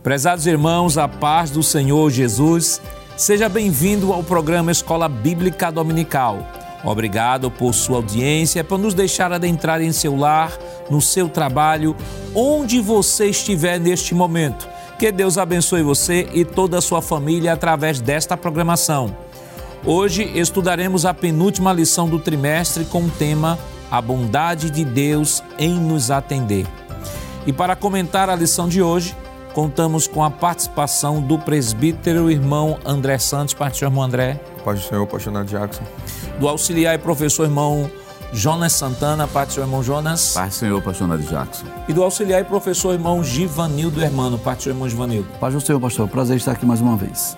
Prezados irmãos, a paz do Senhor Jesus, seja bem-vindo ao programa Escola Bíblica Dominical. Obrigado por sua audiência, por nos deixar adentrar em seu lar, no seu trabalho, onde você estiver neste momento. Que Deus abençoe você e toda a sua família através desta programação. Hoje estudaremos a penúltima lição do trimestre com o tema A Bondade de Deus em nos atender. E para comentar a lição de hoje, contamos com a participação do presbítero irmão André Santos. Paz do Senhor, irmão André. Paz do Senhor, pastor Jackson. Do auxiliar e professor irmão Jonas Santana. Paz do Senhor, irmão Jonas. Paz do Senhor, pastor Jackson. E do auxiliar e professor irmão Givanildo Hermano. Paz do Senhor, irmão Givanildo. Paz do Senhor, pastor. Prazer estar aqui mais uma vez.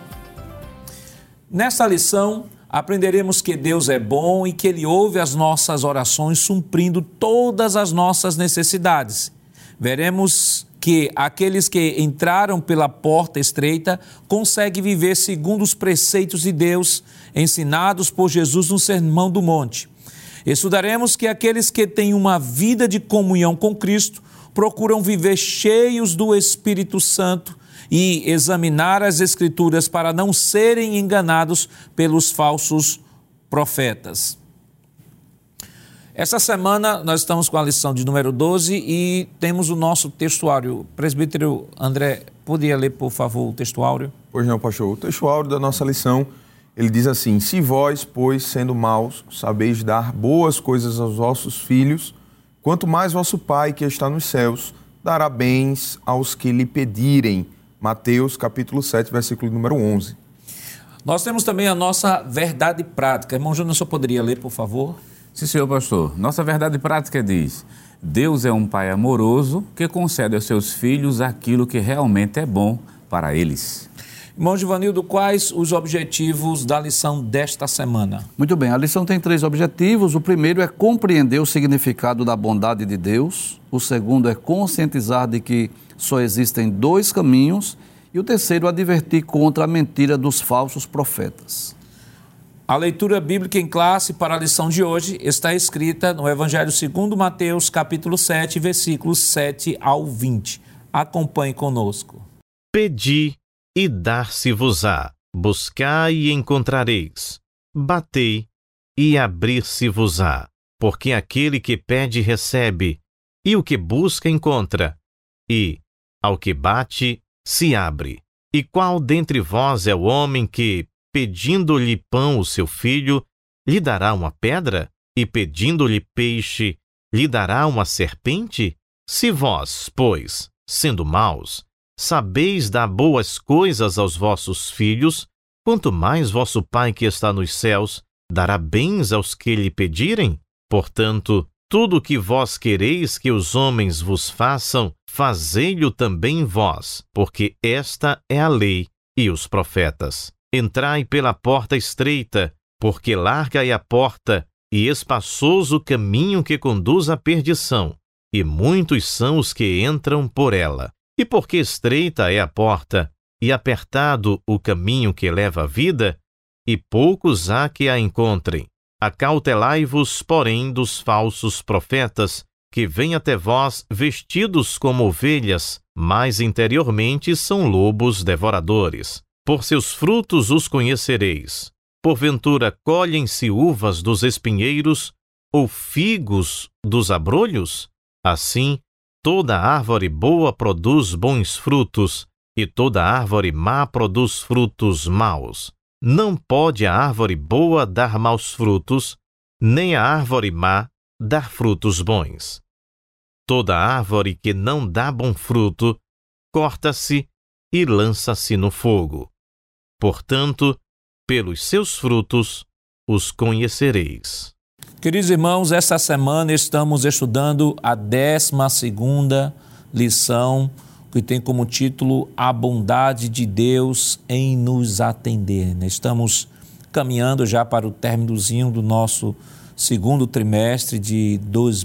Nesta lição, aprenderemos que Deus é bom e que Ele ouve as nossas orações, suprindo todas as nossas necessidades. Veremos que aqueles que entraram pela porta estreita conseguem viver segundo os preceitos de Deus ensinados por Jesus no Sermão do Monte. Estudaremos que aqueles que têm uma vida de comunhão com Cristo procuram viver cheios do Espírito Santo e examinar as Escrituras para não serem enganados pelos falsos profetas. Essa semana nós estamos com a lição de número 12 e temos o nosso textuário. Presbítero André, poderia ler, por favor, o textuário? Pois não, pastor. O textuário da nossa lição, ele diz assim: se vós, pois, sendo maus, sabeis dar boas coisas aos vossos filhos, quanto mais vosso Pai, que está nos céus, dará bens aos que lhe pedirem. Mateus, capítulo 7, versículo número 11. Nós temos também a nossa verdade prática. Irmão Júnior, só poderia ler, por favor? Sim, senhor pastor. Nossa verdade prática diz: Deus é um Pai amoroso que concede aos seus filhos aquilo que realmente é bom para eles. Irmão Givanildo, quais os objetivos da lição desta semana? Muito bem, a lição tem 3 objetivos. O primeiro é compreender o significado da bondade de Deus. O segundo é conscientizar de que só existem 2 caminhos. E o terceiro, advertir contra a mentira dos falsos profetas. A leitura bíblica em classe para a lição de hoje está escrita no Evangelho segundo Mateus, capítulo 7, versículos 7 ao 20. Acompanhe conosco. Pedi e dar-se-vos-á, buscai e encontrareis, batei e abrir-se-vos-á, porque aquele que pede recebe, e o que busca encontra, e ao que bate se abre. E qual dentre vós é o homem que, pedindo-lhe pão o seu filho, lhe dará uma pedra? E pedindo-lhe peixe, lhe dará uma serpente? Se vós, pois, sendo maus, sabeis dar boas coisas aos vossos filhos, quanto mais vosso Pai que está nos céus dará bens aos que lhe pedirem? Portanto, tudo o que vós quereis que os homens vos façam, fazei-lho também vós, porque esta é a lei e os profetas. Entrai pela porta estreita, porque larga é a porta e espaçoso o caminho que conduz à perdição, e muitos são os que entram por ela. E porque estreita é a porta e apertado o caminho que leva à vida, e poucos há que a encontrem. Acautelai-vos, porém, dos falsos profetas, que vêm até vós vestidos como ovelhas, mas interiormente são lobos devoradores. Por seus frutos os conhecereis. Porventura colhem-se uvas dos espinheiros ou figos dos abrolhos? Assim, toda árvore boa produz bons frutos, e toda árvore má produz frutos maus. Não pode a árvore boa dar maus frutos, nem a árvore má dar frutos bons. Toda árvore que não dá bom fruto, corta-se e lança-se no fogo. Portanto, pelos seus frutos os conhecereis. Queridos irmãos, esta semana estamos estudando a 12ª lição, que tem como título A Bondade de Deus em nos atender. Estamos caminhando já para o términozinho do nosso segundo trimestre de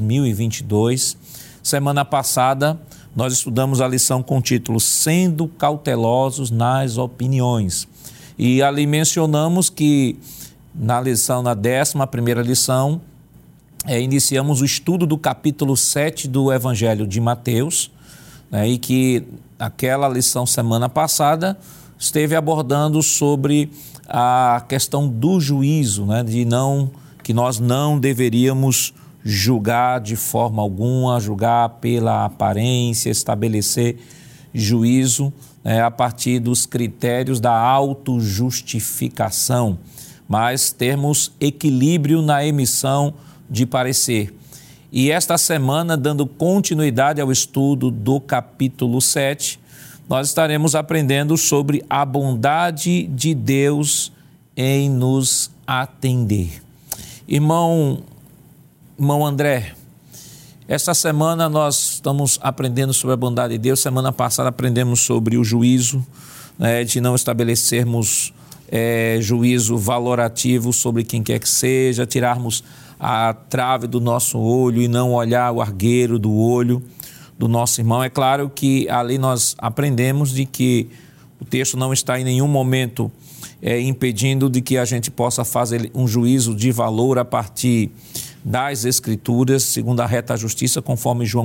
2022. Semana passada, nós estudamos a lição com o título Sendo Cautelosos nas Opiniões. E ali mencionamos que na 11ª lição, iniciamos o estudo do capítulo 7 do Evangelho de Mateus, né, e que aquela lição semana passada esteve abordando sobre a questão do juízo, né, que nós não deveríamos julgar de forma alguma, julgar pela aparência, estabelecer juízo, né, a partir dos critérios da autojustificação, mas termos equilíbrio na emissão de parecer. E esta semana, dando continuidade ao estudo do capítulo 7, nós estaremos aprendendo sobre a bondade de Deus em nos atender. Irmão André, esta semana nós estamos aprendendo sobre a bondade de Deus. Semana passada aprendemos sobre o juízo, né, de não estabelecermos juízo valorativo sobre quem quer que seja, tirarmos a trave do nosso olho e não olhar o argueiro do olho do nosso irmão. É claro que ali nós aprendemos de que o texto não está em nenhum momento impedindo de que a gente possa fazer um juízo de valor a partir das Escrituras, segundo a reta justiça, conforme João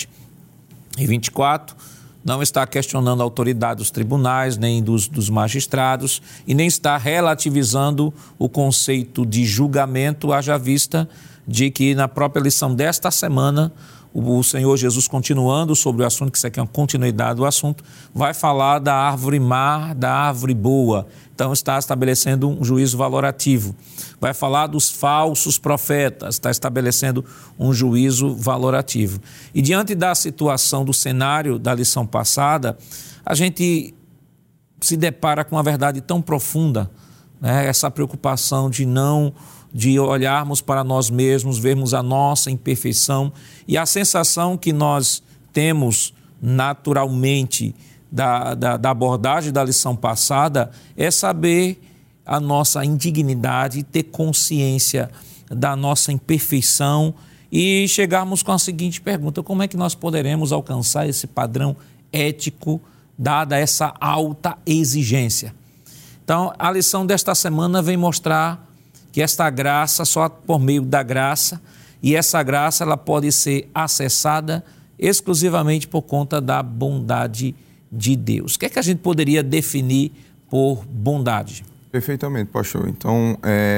7:24, não está questionando a autoridade dos tribunais, nem dos magistrados, e nem está relativizando o conceito de julgamento, haja vista de que na própria lição desta semana, o Senhor Jesus, continuando sobre o assunto, que isso aqui é uma continuidade do assunto, vai falar da árvore má, da árvore boa. Então está estabelecendo um juízo valorativo. Vai falar dos falsos profetas, está estabelecendo um juízo valorativo. E diante da situação, do cenário da lição passada, a gente se depara com uma verdade tão profunda, né? Essa preocupação de olharmos para nós mesmos, vermos a nossa imperfeição e a sensação que nós temos naturalmente da abordagem da lição passada é saber a nossa indignidade e ter consciência da nossa imperfeição e chegarmos com a seguinte pergunta: como é que nós poderemos alcançar esse padrão ético dada essa alta exigência? Então, a lição desta semana vem mostrar que esta graça, só por meio da graça, e essa graça ela pode ser acessada exclusivamente por conta da bondade de Deus. O que é que a gente poderia definir por bondade? Perfeitamente, pastor. Então,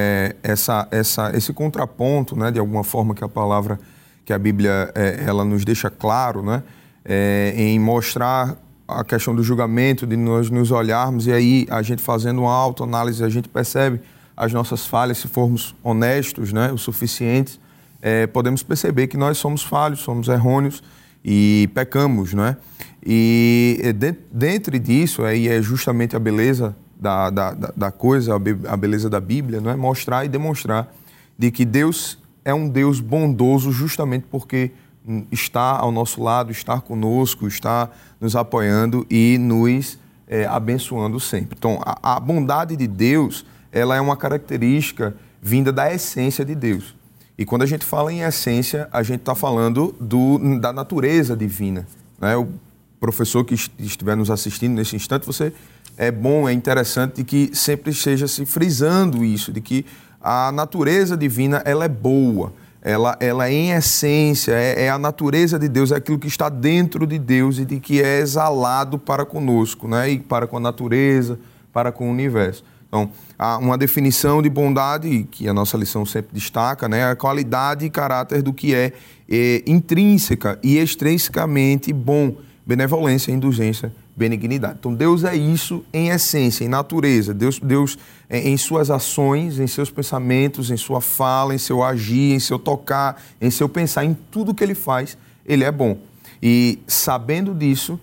esse contraponto, né, de alguma forma que a palavra, que a Bíblia, ela nos deixa claro, né, em mostrar a questão do julgamento, de nós nos olharmos e aí a gente fazendo uma autoanálise, a gente percebe as nossas falhas, se formos honestos, né, o suficiente, podemos perceber que nós somos falhos, somos errôneos e pecamos, né? E dentro disso, aí é justamente a beleza da coisa, a beleza da Bíblia, não é? Mostrar e demonstrar de que Deus é um Deus bondoso justamente porque está ao nosso lado, está conosco, está nos apoiando e nos abençoando sempre. Então, a bondade de Deus, ela é uma característica vinda da essência de Deus. E quando a gente fala em essência, a gente está falando da natureza divina, né? O professor que estiver nos assistindo nesse instante, é interessante que sempre esteja se frisando isso, de que a natureza divina, ela é boa, ela em essência, é a natureza de Deus, é aquilo que está dentro de Deus e de que é exalado para conosco, né? E para com a natureza, para com o universo. Então, há uma definição de bondade, que a nossa lição sempre destaca, né? A qualidade e caráter do que é intrínseca e extrinsecamente bom, benevolência, indulgência, benignidade. Então, Deus é isso em essência, em natureza. Deus em suas ações, em seus pensamentos, em sua fala, em seu agir, em seu tocar, em seu pensar, em tudo que Ele faz, Ele é bom. E sabendo disso,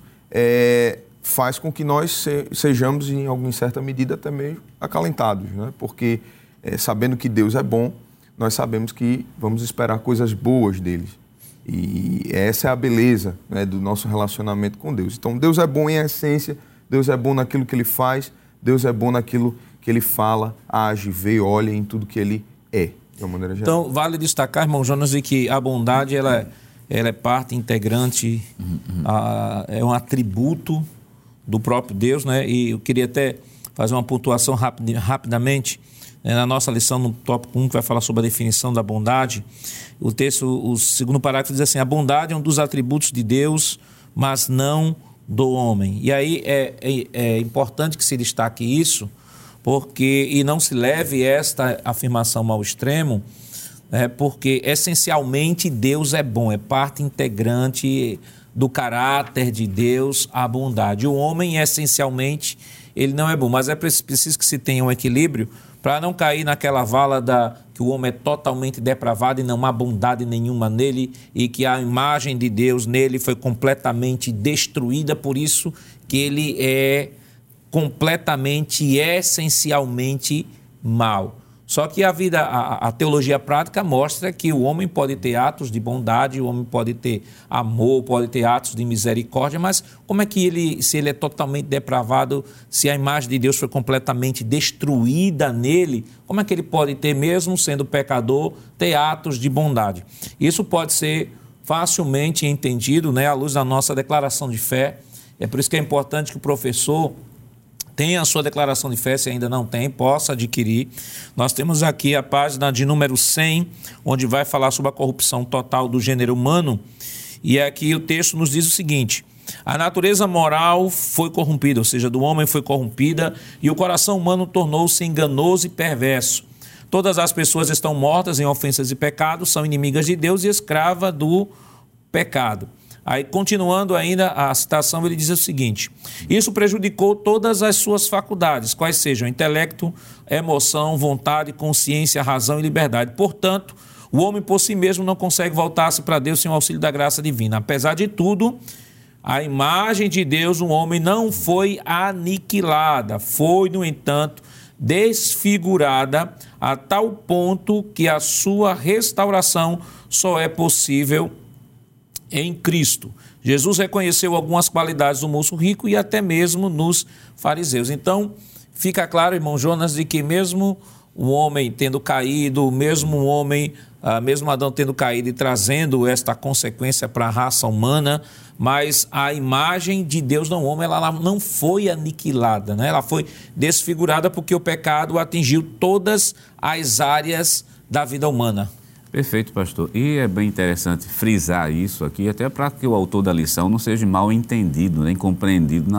faz com que nós sejamos, em certa medida, até meio acalentados, né? Porque sabendo que Deus é bom, nós sabemos que vamos esperar coisas boas dele. E essa é a beleza, né, do nosso relacionamento com Deus. Então, Deus é bom em essência, Deus é bom naquilo que Ele faz, Deus é bom naquilo que Ele fala, age, vê, olha, em tudo que Ele é, de uma maneira geral. Então, vale destacar, irmão Jonas, de que a bondade ela é parte integrante, é um atributo do próprio Deus, né? E eu queria até fazer uma pontuação rapidamente. Na nossa lição, no tópico 1, que vai falar sobre a definição da bondade, o texto, o segundo parágrafo diz assim: a bondade é um dos atributos de Deus mas não do homem. E aí é importante que se destaque isso, e não se leve esta afirmação ao extremo, porque essencialmente Deus é bom, é parte integrante do caráter de Deus a bondade. O homem, essencialmente, ele não é bom, mas é preciso que se tenha um equilíbrio para não cair naquela vala que o homem é totalmente depravado e não há bondade nenhuma nele e que a imagem de Deus nele foi completamente destruída, por isso que ele é completamente e essencialmente mau. Só que a teologia prática mostra que o homem pode ter atos de bondade, o homem pode ter amor, pode ter atos de misericórdia, mas como é que se ele é totalmente depravado, se a imagem de Deus foi completamente destruída nele, como é que ele pode ter, mesmo sendo pecador, ter atos de bondade? Isso pode ser facilmente entendido, à luz da nossa declaração de fé. É por isso que é importante que o professor tenha a sua declaração de fé, se ainda não tem, possa adquirir. Nós temos aqui a página de número 100, onde vai falar sobre a corrupção total do gênero humano. E aqui o texto nos diz o seguinte: a natureza moral foi corrompida, ou seja, do homem foi corrompida, e o coração humano tornou-se enganoso e perverso. Todas as pessoas estão mortas em ofensas e pecados, são inimigas de Deus e escravas do pecado. Aí, continuando ainda a citação, ele diz o seguinte: isso prejudicou todas as suas faculdades, quais sejam intelecto, emoção, vontade, consciência, razão e liberdade. Portanto, o homem por si mesmo não consegue voltar-se para Deus sem o auxílio da graça divina. Apesar de tudo, a imagem de Deus, o homem não foi aniquilada, foi, no entanto, desfigurada a tal ponto que a sua restauração só é possível em Cristo. Jesus reconheceu algumas qualidades do moço rico e até mesmo nos fariseus. Então, fica claro, irmão Jonas, de que mesmo o homem tendo caído, mesmo Adão tendo caído e trazendo esta consequência para a raça humana, mas a imagem de Deus no homem, ela não foi aniquilada, Ela foi desfigurada porque o pecado atingiu todas as áreas da vida humana. Perfeito, pastor. E é bem interessante frisar isso aqui, até para que o autor da lição não seja mal entendido, nem compreendido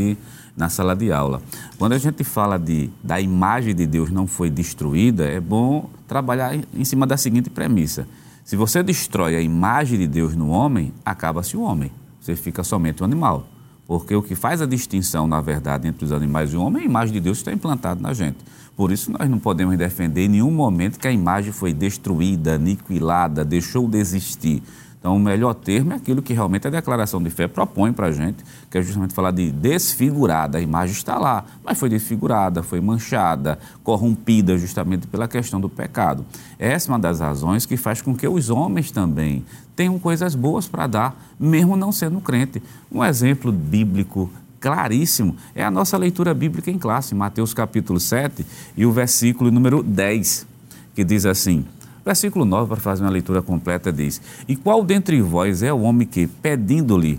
na sala de aula. Quando a gente fala da imagem de Deus não foi destruída, é bom trabalhar em cima da seguinte premissa: se você destrói a imagem de Deus no homem, acaba-se o homem, você fica somente o animal. Porque o que faz a distinção, na verdade, entre os animais e o homem é a imagem de Deus que está implantada na gente. Por isso, nós não podemos defender em nenhum momento que a imagem foi destruída, aniquilada, deixou de existir. Então, o melhor termo é aquilo que realmente a declaração de fé propõe para a gente, que é justamente falar de desfigurada. A imagem está lá, mas foi desfigurada, foi manchada, corrompida justamente pela questão do pecado. Essa é uma das razões que faz com que os homens também tenham coisas boas para dar, mesmo não sendo crente. Um exemplo bíblico claríssimo é a nossa leitura bíblica em classe, Mateus capítulo 7 e o versículo número 10, que diz assim, versículo 9, para fazer uma leitura completa, diz: e qual dentre vós é o homem que, pedindo-lhe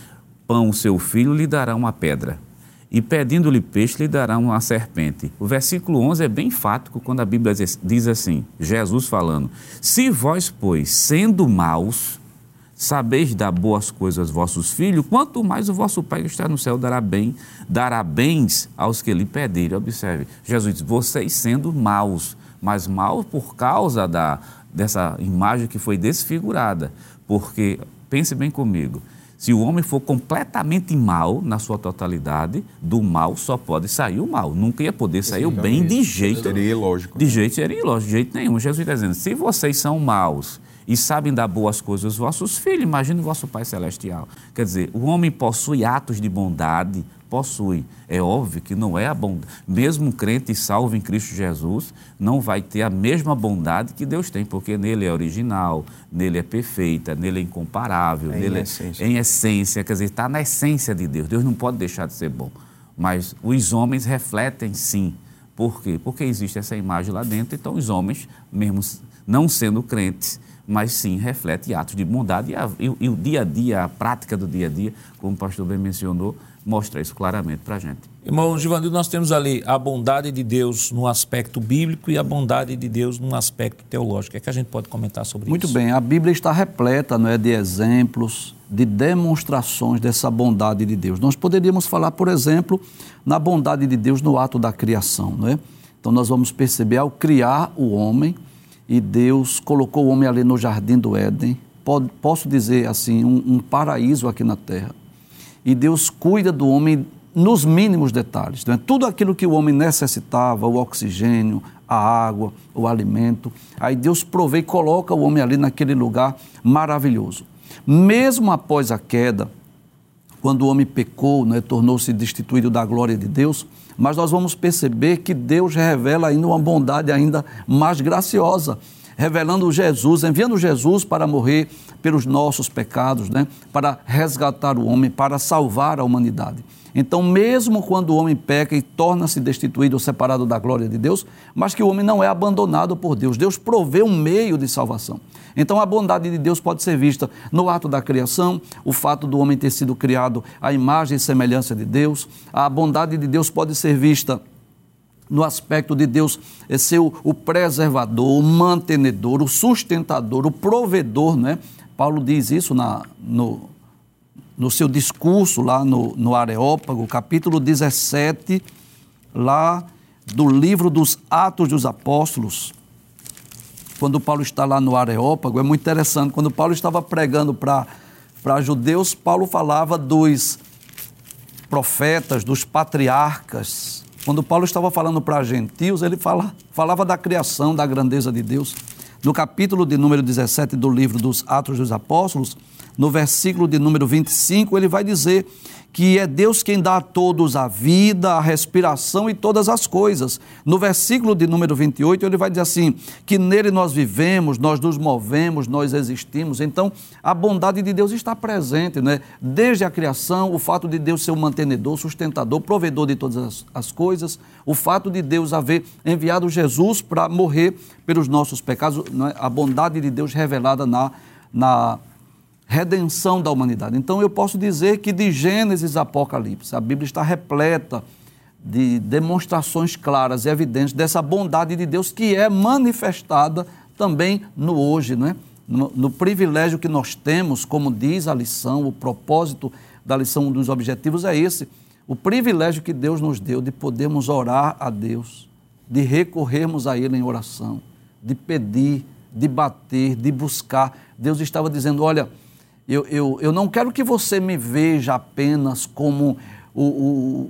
pão seu filho, lhe dará uma pedra? E pedindo-lhe peixe, lhe dará uma serpente? O versículo 11 é bem enfático quando a Bíblia diz assim, Jesus falando: se vós, pois, sendo maus, sabeis dar boas coisas aos vossos filhos, quanto mais o vosso Pai que está no céu dará bens aos que lhe pedirem. Observe, Jesus diz, vocês sendo maus, mas maus por causa dessa imagem que foi desfigurada. Porque, pense bem comigo, se o homem for completamente mal na sua totalidade, do mal só pode sair o mal. Nunca ia poder sair o bem de jeito. Seria ilógico. De jeito nenhum. Jesus está dizendo, se vocês são maus e sabem dar boas coisas aos vossos filhos, imagine o vosso Pai Celestial. Quer dizer, o homem possui atos de bondade, possui. É óbvio que não é a bondade. Mesmo um crente salvo em Cristo Jesus não vai ter a mesma bondade que Deus tem, porque nele é original, nele é perfeita, nele é incomparável, nele é em essência, quer dizer, está na essência de Deus. Deus não pode deixar de ser bom. Mas os homens refletem sim. Por quê? Porque existe essa imagem lá dentro, então os homens, mesmo não sendo crentes, mas sim reflete atos de bondade e o dia a dia, a prática do dia a dia, como o pastor bem mencionou, mostra isso claramente para a gente. Irmão Givanildo, nós temos ali a bondade de Deus no aspecto bíblico e a bondade de Deus no aspecto teológico. O que a gente pode comentar sobre isso? Muito bem, a Bíblia está repleta, não é, de exemplos, de demonstrações dessa bondade de Deus. Nós poderíamos falar, por exemplo, na bondade de Deus no ato da criação, não é? Então nós vamos perceber, ao criar o homem, e Deus colocou o homem ali no jardim do Éden, posso dizer assim, um paraíso aqui na terra. E Deus cuida do homem nos mínimos detalhes, né? Tudo aquilo que o homem necessitava, o oxigênio, a água, o alimento, aí Deus provê e coloca o homem ali naquele lugar maravilhoso. Mesmo após a queda, quando o homem pecou, né, tornou-se destituído da glória de Deus, mas nós vamos perceber que Deus revela ainda uma bondade ainda mais graciosa, revelando Jesus, enviando Jesus para morrer pelos nossos pecados, né, para resgatar o homem, para salvar a humanidade. Então, mesmo quando o homem peca e torna-se destituído ou separado da glória de Deus, mas que o homem não é abandonado por Deus, Deus provê um meio de salvação. Então, a bondade de Deus pode ser vista no ato da criação, o fato do homem ter sido criado à imagem e semelhança de Deus. A bondade de Deus pode ser vista no aspecto de Deus ser o preservador, o mantenedor, o sustentador, o provedor, né? Paulo diz isso no seu discurso lá no Areópago, capítulo 17, lá do livro dos Atos dos Apóstolos. Quando Paulo está lá no Areópago, é muito interessante, quando Paulo estava pregando para judeus, Paulo falava dos profetas, dos patriarcas. Quando Paulo estava falando para gentios, ele falava da criação, da grandeza de Deus. No capítulo de número 17 do livro dos Atos dos Apóstolos, no versículo de número 25, ele vai dizer que é Deus quem dá a todos a vida, a respiração e todas as coisas. No versículo de número 28, ele vai dizer assim, que nele nós vivemos, nós nos movemos, nós existimos. Então, a bondade de Deus está presente, né? Desde a criação, o fato de Deus ser o mantenedor, sustentador, provedor de todas as coisas, o fato de Deus haver enviado Jesus para morrer pelos nossos pecados, né? A bondade de Deus revelada na redenção da humanidade. Então eu posso dizer que de Gênesis a Apocalipse, a Bíblia está repleta de demonstrações claras e evidentes dessa bondade de Deus que é manifestada também no hoje, né? No privilégio que nós temos, como diz a lição, o propósito da lição, um dos objetivos é esse, o privilégio que Deus nos deu de podermos orar a Deus, de recorrermos a Ele em oração, de pedir, de bater, de buscar. Deus estava dizendo, olha, eu não quero que você me veja apenas como o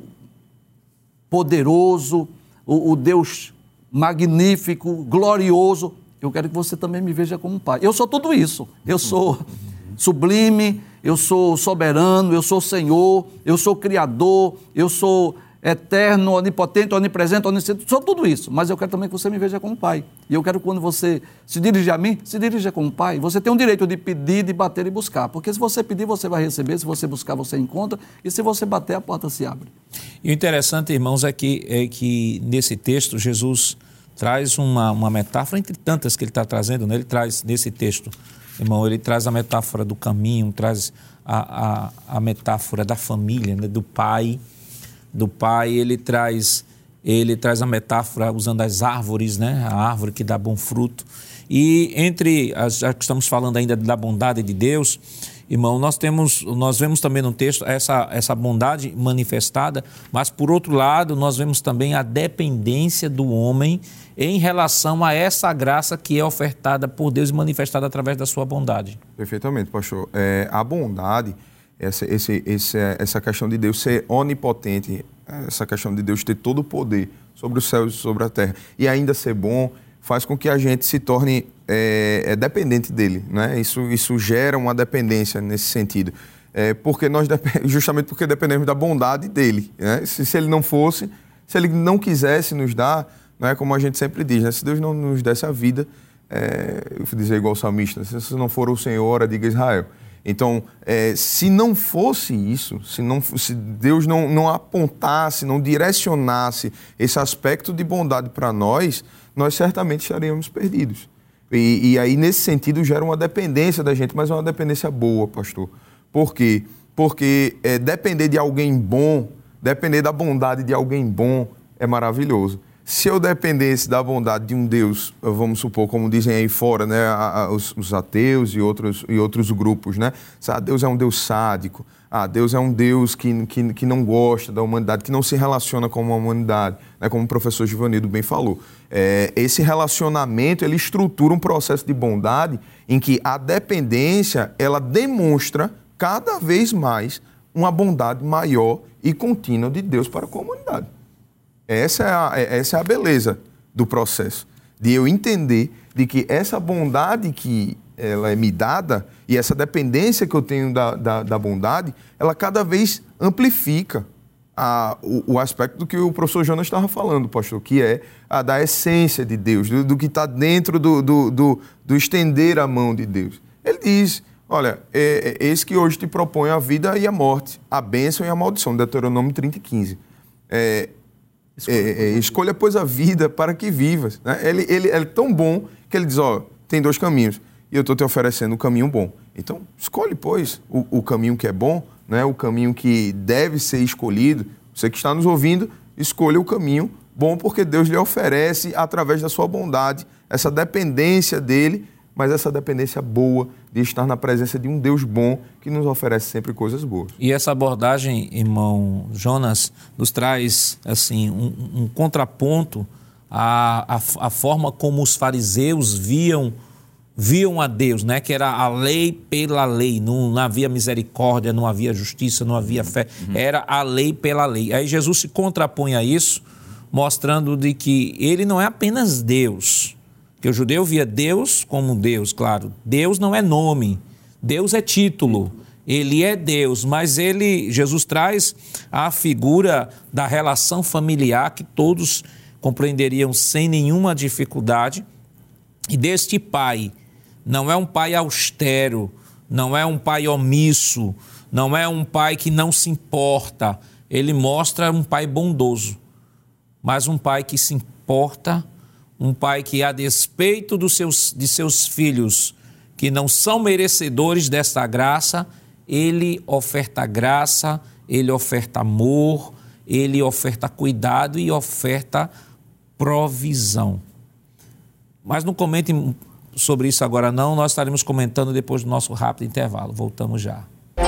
poderoso, o Deus magnífico, glorioso. Eu quero que você também me veja como um pai. Eu sou tudo isso. Eu sou sublime, eu sou soberano, eu sou Senhor, eu sou Criador, eu sou eterno, onipotente, onipresente, onisciente, sou tudo isso, mas eu quero também que você me veja como pai. E eu quero que quando você se dirigir a mim, se dirija como pai. Você tem o direito de pedir, de bater e buscar, porque se você pedir, você vai receber, se você buscar, você encontra, e se você bater, a porta se abre. E o interessante, irmãos, é que nesse texto, Jesus traz uma metáfora, entre tantas que ele está trazendo, né? Ele traz nesse texto, irmão, ele traz a metáfora do caminho, traz a metáfora da família, né? Do pai, ele traz a metáfora usando as árvores, né? A árvore que dá bom fruto. E já que estamos falando ainda da bondade de Deus, irmão, nós vemos também no texto essa bondade manifestada, mas por outro lado nós vemos também a dependência do homem em relação a essa graça que é ofertada por Deus e manifestada através da sua bondade. Perfeitamente, pastor. A bondade, essa questão de Deus ser onipotente, essa questão de Deus ter todo o poder sobre os céus e sobre a terra e ainda ser bom, faz com que a gente se torne dependente dele, né? Isso gera uma dependência nesse sentido. Justamente porque dependemos da bondade dele, né? Se ele não fosse, se ele não quisesse nos dar, né? Como a gente sempre diz, né? Se Deus não nos desse a vida, eu vou dizer igual o salmista, se não for o Senhor, diga Israel. Então, se não fosse isso, se Deus não apontasse, não direcionasse esse aspecto de bondade para nós certamente estaríamos perdidos. E aí, nesse sentido, gera uma dependência da gente, mas é uma dependência boa, pastor. Porque porque depender de alguém bom, depender da bondade de alguém bom é maravilhoso. Se eu dependesse da bondade de um Deus, vamos supor, como dizem aí fora, né, os ateus e outros grupos, né? Deus é um Deus sádico, Deus é um Deus que não gosta da humanidade, que não se relaciona com a humanidade, né, como o professor Givanildo bem falou. Esse relacionamento, ele estrutura um processo de bondade em que a dependência, ela demonstra cada vez mais uma bondade maior e contínua de Deus para com a humanidade. Essa é a beleza do processo, de eu entender de que essa bondade que ela é me dada e essa dependência que eu tenho da bondade, ela cada vez amplifica o aspecto do que o professor Jonas estava falando, pastor, que é a da essência de Deus, do que está dentro do estender a mão de Deus. Ele diz, olha, eis que hoje te propõe a vida e a morte, a bênção e a maldição, Deuteronômio 30:15. Escolha, pois, a vida para que vivas. Né? Ele é tão bom que ele diz, tem 2 caminhos e eu estou te oferecendo o caminho bom. Então, escolhe, pois, o caminho que é bom, né? O caminho que deve ser escolhido. Você que está nos ouvindo, escolha o caminho bom, porque Deus lhe oferece, através da sua bondade, essa dependência dele, mas essa dependência boa de estar na presença de um Deus bom que nos oferece sempre coisas boas. E essa abordagem, irmão Jonas, nos traz assim um contraponto à forma como os fariseus viam a Deus, né? Que era a lei pela lei, não havia misericórdia, não havia justiça, não havia fé, era a lei pela lei. Aí Jesus se contrapõe a isso, mostrando de que ele não é apenas Deus, que o judeu via Deus como Deus, claro. Deus não é nome, Deus é título. Ele é Deus, mas Jesus traz a figura da relação familiar que todos compreenderiam sem nenhuma dificuldade. E deste pai, não é um pai austero, não é um pai omisso, não é um pai que não se importa. Ele mostra um pai bondoso, mas um pai que se importa, um pai que, a despeito de seus filhos, que não são merecedores desta graça, ele oferta graça, ele oferta amor, ele oferta cuidado e oferta provisão. Mas não comentem sobre isso agora não, nós estaremos comentando depois do nosso rápido intervalo. Voltamos já.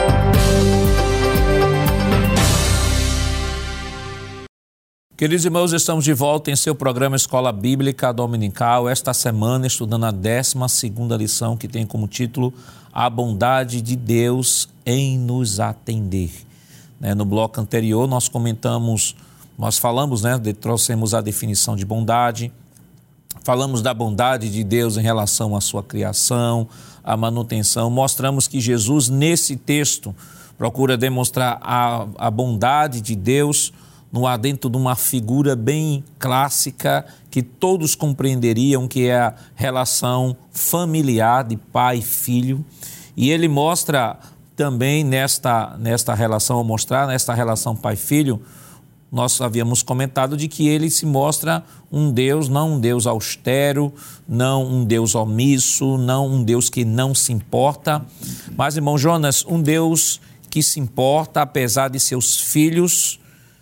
Queridos irmãos, estamos de volta em seu programa Escola Bíblica Dominical, esta semana estudando a 12ª lição, que tem como título A Bondade de Deus em nos atender. No bloco anterior nós falamos, trouxemos a definição de bondade, falamos da bondade de Deus em relação à sua criação, à manutenção, mostramos que Jesus nesse texto procura demonstrar a bondade de Deus dentro de uma figura bem clássica que todos compreenderiam, que é a relação familiar de pai e filho. E ele mostra também nesta relação, nesta relação pai-filho, nós havíamos comentado de que ele se mostra um Deus, não um Deus austero, não um Deus omisso, não um Deus que não se importa, mas, irmão Jonas, um Deus que se importa, apesar dos seus filhos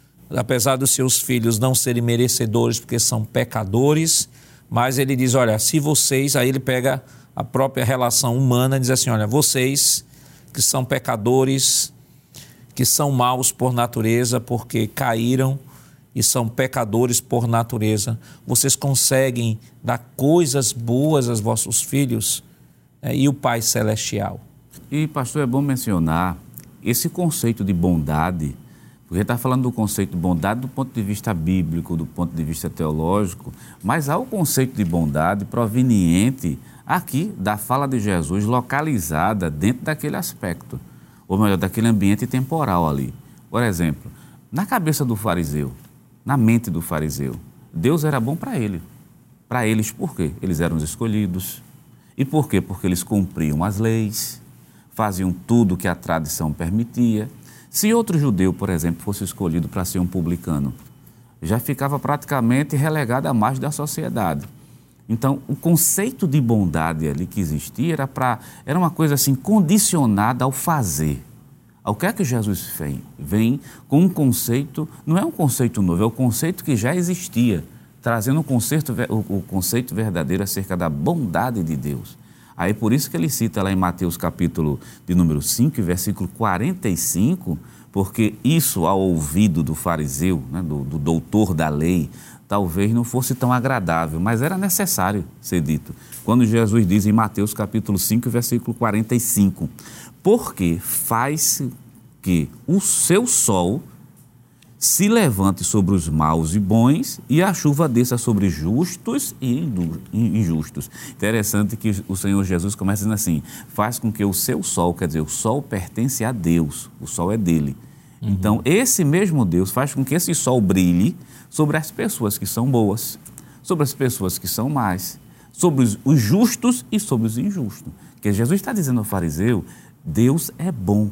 não serem merecedores porque são pecadores, mas ele diz, olha, se vocês, aí ele pega a própria relação humana e diz assim, olha, vocês que são pecadores, que são maus por natureza, porque caíram e são pecadores por natureza, vocês conseguem dar coisas boas aos vossos filhos, e o Pai Celestial. E, pastor, é bom mencionar esse conceito de bondade, porque está falando do conceito de bondade do ponto de vista bíblico, do ponto de vista teológico, mas há o conceito de bondade proveniente aqui da fala de Jesus, localizada dentro daquele aspecto, ou melhor, daquele ambiente temporal ali. Por exemplo, na cabeça do fariseu, na mente do fariseu, Deus era bom para ele. Para eles, por quê? Eles eram os escolhidos. E por quê? Porque eles cumpriam as leis, faziam tudo que a tradição permitia. Se outro judeu, por exemplo, fosse escolhido para ser um publicano, já ficava praticamente relegado à margem da sociedade. Então, o conceito de bondade ali que existia era uma coisa assim condicionada ao O que é que Jesus vem? Vem com um conceito, não é um conceito novo, é o conceito que já existia, trazendo o conceito verdadeiro acerca da bondade de Deus. Aí por isso que ele cita lá em Mateus capítulo de número 5, versículo 45, porque isso ao ouvido do fariseu, né, do doutor da lei, talvez não fosse tão agradável, mas era necessário ser dito. Quando Jesus diz em Mateus capítulo 5, versículo 45, porque faz que o seu sol se levante sobre os maus e bons e a chuva desça sobre justos e injustos. Interessante que o Senhor Jesus começa dizendo assim, faz com que o seu sol, quer dizer, o sol pertence a Deus, o sol é dele. Então, esse mesmo Deus faz com que esse sol brilhe sobre as pessoas que são boas, sobre as pessoas que são más, sobre os justos e sobre os injustos. Porque Jesus está dizendo ao fariseu, Deus é bom.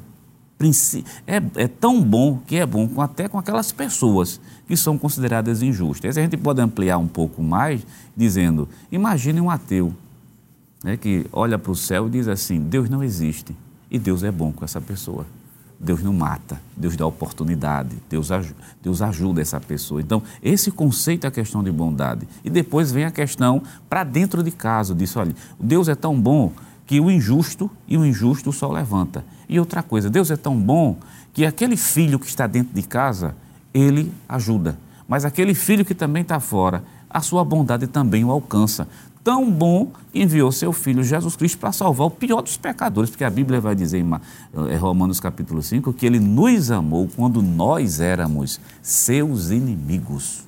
É tão bom que é bom até com aquelas pessoas que são consideradas injustas. Aí a gente pode ampliar um pouco mais, dizendo, imagine um ateu, né, que olha para o céu e diz assim, Deus não existe e Deus é bom com essa pessoa. Deus não mata, Deus dá oportunidade, Deus ajuda essa pessoa. Então, esse conceito é a questão de bondade. E depois vem a questão para dentro de casa, diz, olha, Deus é tão bom que o injusto e o injusto só levanta. E outra coisa, Deus é tão bom que aquele filho que está dentro de casa, ele ajuda. Mas aquele filho que também está fora, a sua bondade também o alcança. Tão bom que enviou seu Filho Jesus Cristo para salvar o pior dos pecadores, porque a Bíblia vai dizer em Romanos capítulo 5 que ele nos amou quando nós éramos seus inimigos.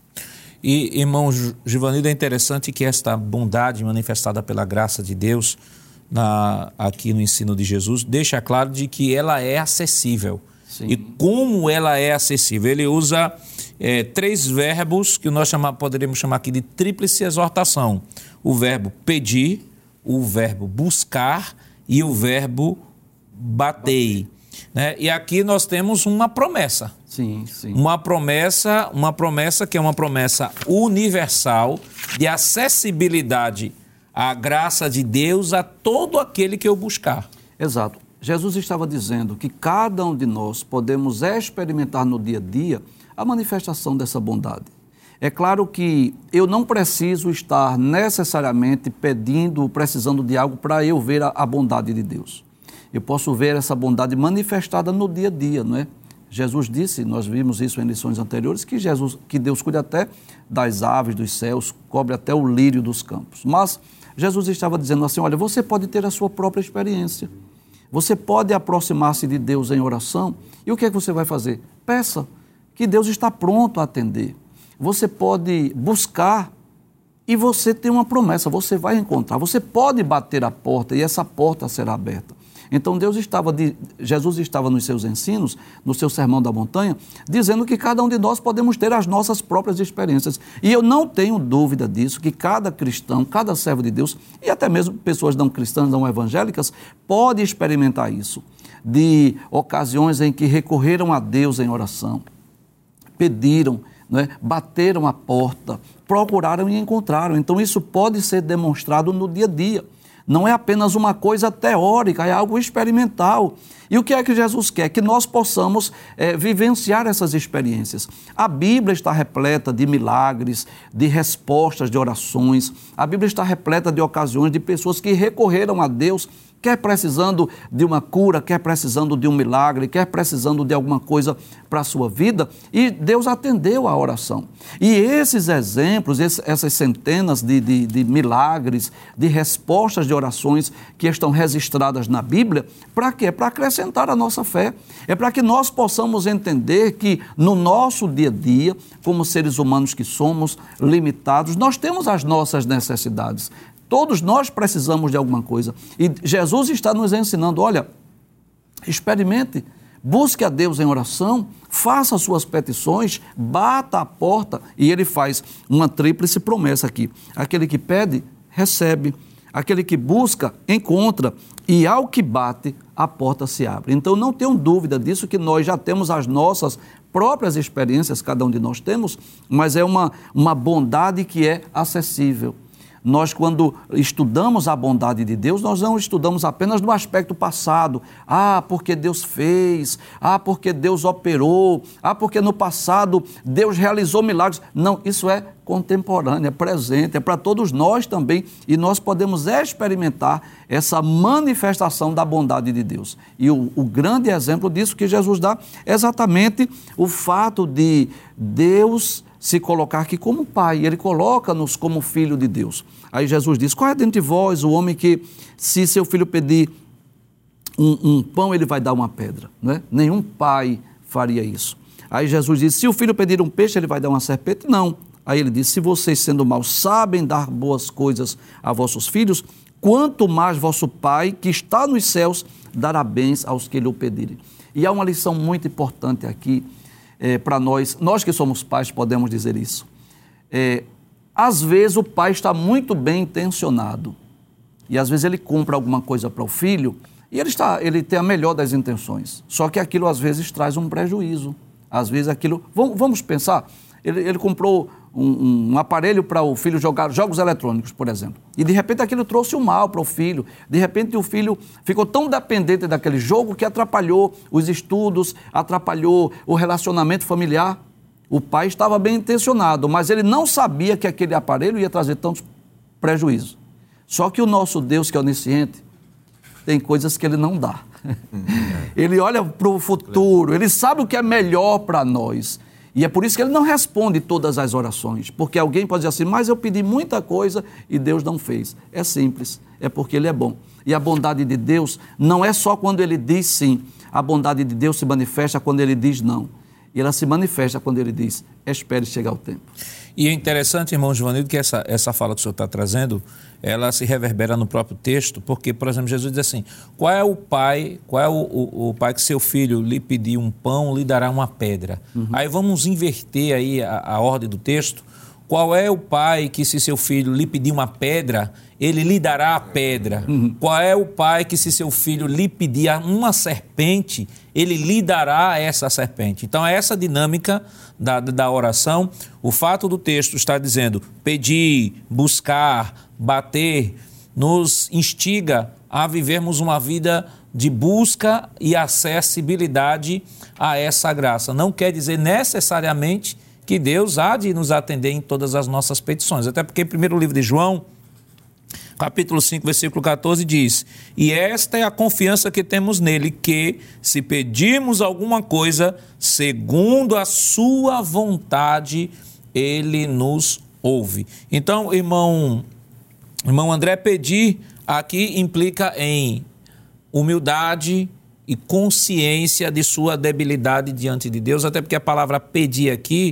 E, irmão Givanildo, é interessante que esta bondade manifestada pela graça de Deus aqui no ensino de Jesus deixa claro de que ela é acessível. Sim. E como ela é acessível? Ele usa 3 verbos que nós poderíamos chamar aqui de tríplice exortação. O verbo pedir, o verbo buscar e o verbo batei. Né? E aqui nós temos uma promessa. Sim, sim. Uma promessa que é uma promessa universal de acessibilidade à graça de Deus a todo aquele que o buscar. Exato. Jesus estava dizendo que cada um de nós podemos experimentar no dia a dia a manifestação dessa bondade. É claro que eu não preciso estar necessariamente precisando de algo para eu ver a bondade de Deus. Eu posso ver essa bondade manifestada no dia a dia, não é? Jesus disse, nós vimos isso em lições anteriores, que Deus cuida até das aves dos céus, cobre até o lírio dos campos. Mas Jesus estava dizendo assim, olha, você pode ter a sua própria experiência. Você pode aproximar-se de Deus em oração e o que é que você vai fazer? Peça, que Deus está pronto a atender. Você pode buscar e você tem uma promessa, você vai encontrar. Você pode bater a porta e essa porta será aberta. Então Jesus estava nos seus ensinos, no seu Sermão da Montanha, dizendo que cada um de nós podemos ter as nossas próprias experiências. E eu não tenho dúvida disso, que cada cristão, cada servo de Deus, e até mesmo pessoas não cristãs, não evangélicas, pode experimentar isso. De ocasiões em que recorreram a Deus em oração, pediram, né, bateram a porta, procuraram e encontraram. Então isso pode ser demonstrado no dia a dia. Não é apenas uma coisa teórica, é algo experimental. E o que é que Jesus quer? Que nós possamos vivenciar essas experiências. A Bíblia está repleta de milagres, de respostas de orações. A Bíblia está repleta de ocasiões de pessoas que recorreram a Deus, quer precisando de uma cura, quer precisando de um milagre, quer precisando de alguma coisa para a sua vida, e Deus atendeu a oração. E esses exemplos, essas centenas de milagres, de respostas de orações que estão registradas na Bíblia, para quê? Para acrescentar a nossa fé. É para que nós possamos entender que no nosso dia a dia, como seres humanos que somos, limitados, nós temos as nossas necessidades. Todos nós precisamos de alguma coisa. E Jesus está nos ensinando, olha, experimente, busque a Deus em oração, faça as suas petições, bata a porta. E ele faz uma tríplice promessa aqui. Aquele que pede, recebe. Aquele que busca, encontra. E ao que bate, a porta se abre. Então não tenham dúvida disso, que nós já temos as nossas próprias experiências, cada um de nós temos, mas é uma bondade que é acessível. Nós, quando estudamos a bondade de Deus, nós não estudamos apenas no aspecto passado. Ah, porque Deus fez. Ah, porque Deus operou. Ah, porque no passado Deus realizou milagres. Não, isso é contemporâneo, é presente, é para todos nós também. E nós podemos experimentar essa manifestação da bondade de Deus. E o grande exemplo disso que Jesus dá é exatamente o fato de Deus se colocar aqui como pai, ele coloca-nos como filho de Deus. Aí Jesus diz, qual é dentre vós o homem que, se seu filho pedir um pão, ele vai dar uma pedra, né? Nenhum pai faria isso. Aí Jesus diz, se o filho pedir um peixe, ele vai dar uma serpente? Não. Aí ele diz, se vocês sendo maus sabem dar boas coisas a vossos filhos, quanto mais vosso pai que está nos céus dará bens aos que lhe o pedirem. E há uma lição muito importante aqui, para nós que somos pais podemos dizer isso. Às vezes o pai está muito bem intencionado e às vezes ele compra alguma coisa para o filho e ele tem a melhor das intenções, só que aquilo às vezes traz um prejuízo. Às vezes aquilo, vamos pensar, ele comprou um aparelho para o filho jogar jogos eletrônicos, por exemplo, e de repente aquilo trouxe um mal para o filho, de repente o filho ficou tão dependente daquele jogo que atrapalhou os estudos, atrapalhou o relacionamento familiar. O pai estava bem intencionado, mas ele não sabia que aquele aparelho ia trazer tantos prejuízos. Só que o nosso Deus, que é onisciente, tem coisas que ele não dá. Ele olha para o futuro, ele sabe o que é melhor para nós. E é por isso que ele não responde todas as orações, porque alguém pode dizer assim, mas eu pedi muita coisa e Deus não fez. É simples, é porque ele é bom. E a bondade de Deus não é só quando ele diz sim, a bondade de Deus se manifesta quando ele diz não. E ela se manifesta quando ele diz, espere chegar o tempo. E é interessante, irmão Givanildo, que essa fala que o senhor está trazendo, ela se reverbera no próprio texto, porque, por exemplo, Jesus diz assim, qual é o pai que seu filho lhe pedir um pão, lhe dará uma pedra? Aí vamos inverter aí a ordem do texto. Qual é o pai que, se seu filho lhe pedir uma pedra, ele lhe dará a pedra? Qual é o pai que, se seu filho lhe pedir uma serpente, ele lhe dará essa serpente? Então, é essa dinâmica da oração. O fato do texto está dizendo pedir, buscar, bater, nos instiga a vivermos uma vida de busca e acessibilidade a essa graça. Não quer dizer necessariamente que Deus há de nos atender em todas as nossas petições. Até porque, em primeiro livro de João, capítulo 5, versículo 14, diz, e esta é a confiança que temos nele, que, se pedirmos alguma coisa, segundo a sua vontade, ele nos ouve. Então, irmão André, pedir aqui implica em humildade e consciência de sua debilidade diante de Deus, até porque a palavra pedir aqui,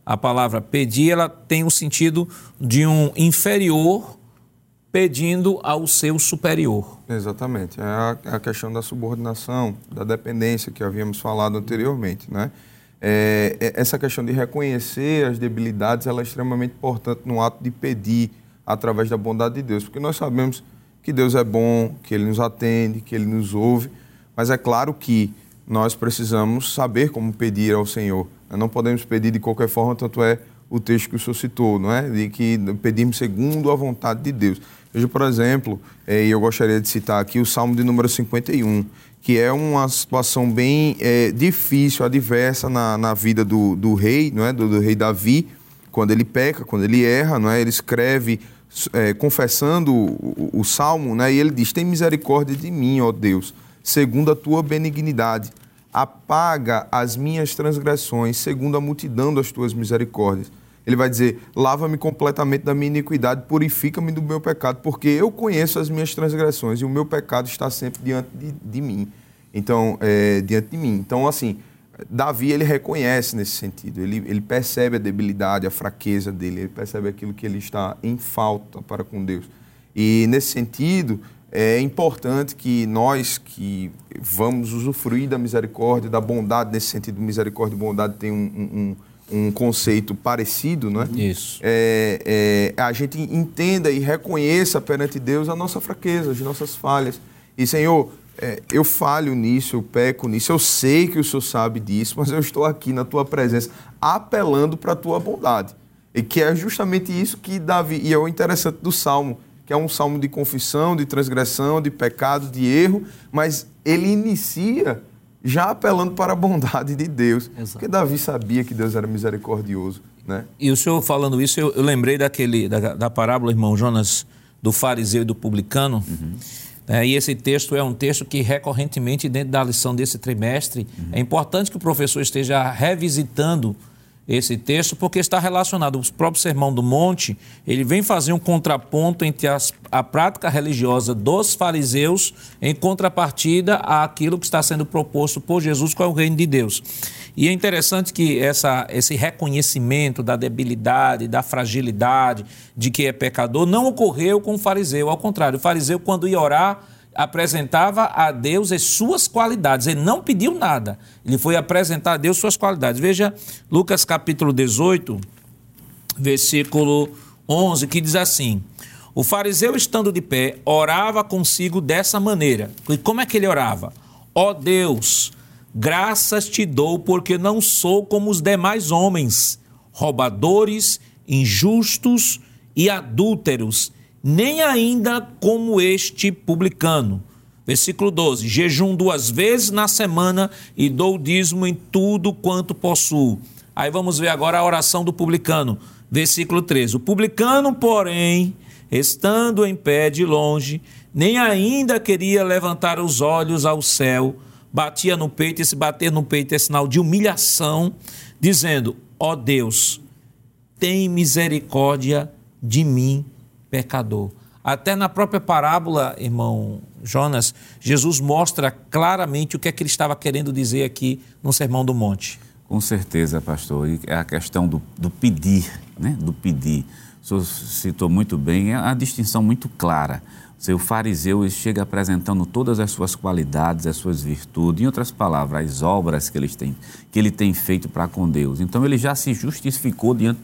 ela tem o sentido de um inferior pedindo ao seu superior. Exatamente. É a questão da subordinação, da dependência que havíamos falado anteriormente, né? Essa questão de reconhecer as debilidades, ela é extremamente importante no ato de pedir através da bondade de Deus, porque nós sabemos que Deus é bom, que Ele nos atende, que Ele nos ouve, mas é claro que nós precisamos saber como pedir ao Senhor. Nós não podemos pedir de qualquer forma, tanto é o texto que o senhor citou, não é? De que pedimos segundo a vontade de Deus. Veja, por exemplo, e eu gostaria de citar aqui o Salmo de número 51, que é uma situação bem difícil, adversa na vida do rei, não é? Do rei Davi, quando ele peca, quando ele erra, não é? Ele escreve confessando o Salmo, né? E ele diz, tem misericórdia de mim, ó Deus, segundo a tua benignidade. Apaga as minhas transgressões, segundo a multidão das tuas misericórdias. Ele vai dizer, lava-me completamente da minha iniquidade, purifica-me do meu pecado, porque eu conheço as minhas transgressões e o meu pecado está sempre diante de mim. Então, diante de mim. Então, assim, Davi, ele reconhece nesse sentido, ele percebe a debilidade, a fraqueza dele, ele percebe aquilo que ele está em falta para com Deus. E, nesse sentido, é importante que nós que vamos usufruir da misericórdia, da bondade, nesse sentido, misericórdia e bondade tem um conceito parecido, não é? Isso. A gente entenda e reconheça perante Deus a nossa fraqueza, as nossas falhas. E, Senhor, eu falho nisso, eu peco nisso, eu sei que o Senhor sabe disso, mas eu estou aqui na Tua presença apelando para a Tua bondade. E que é justamente isso que Davi, e é o interessante do Salmo, que é um salmo de confissão, de transgressão, de pecado, de erro, mas ele inicia já apelando para a bondade de Deus. Exato. Porque Davi sabia que Deus era misericordioso, né? E o senhor falando isso, eu lembrei da parábola, irmão Jonas, do fariseu e do publicano. E esse texto é um texto que recorrentemente, dentro da lição desse trimestre, é importante que o professor esteja revisitando esse texto, porque está relacionado. O próprio Sermão do Monte, ele vem fazer um contraponto entre a prática religiosa dos fariseus em contrapartida àquilo que está sendo proposto por Jesus, que é o reino de Deus. E é interessante que esse reconhecimento da debilidade, da fragilidade, de que é pecador, não ocorreu com o fariseu. Ao contrário, o fariseu, quando ia orar, apresentava a Deus as suas qualidades. Ele não pediu nada. Ele foi apresentar a Deus suas qualidades. Veja Lucas capítulo 18, versículo 11, que diz assim: o fariseu, estando de pé, orava consigo dessa maneira. E como é que ele orava? Ó Deus, graças te dou, porque não sou como os demais homens, roubadores, injustos e adúlteros, nem ainda como este publicano. Versículo 12, jejum 2 vezes na semana e dou dízimo em tudo quanto possuo. Aí vamos ver agora a oração do publicano. Versículo 13, o publicano, porém, estando em pé de longe, nem ainda queria levantar os olhos ao céu, batia no peito, esse bater no peito é sinal de humilhação, dizendo: ó Deus, tem misericórdia de mim, pecador. Até na própria parábola, irmão Jonas, Jesus mostra claramente o que é que ele estava querendo dizer aqui no Sermão do Monte. Com certeza, pastor. E é a questão do pedir, né? Do pedir. O senhor citou muito bem, é uma distinção muito clara. O fariseu, ele chega apresentando todas as suas qualidades, as suas virtudes, em outras palavras, as obras que ele tem feito para com Deus. Então, ele já se justificou diante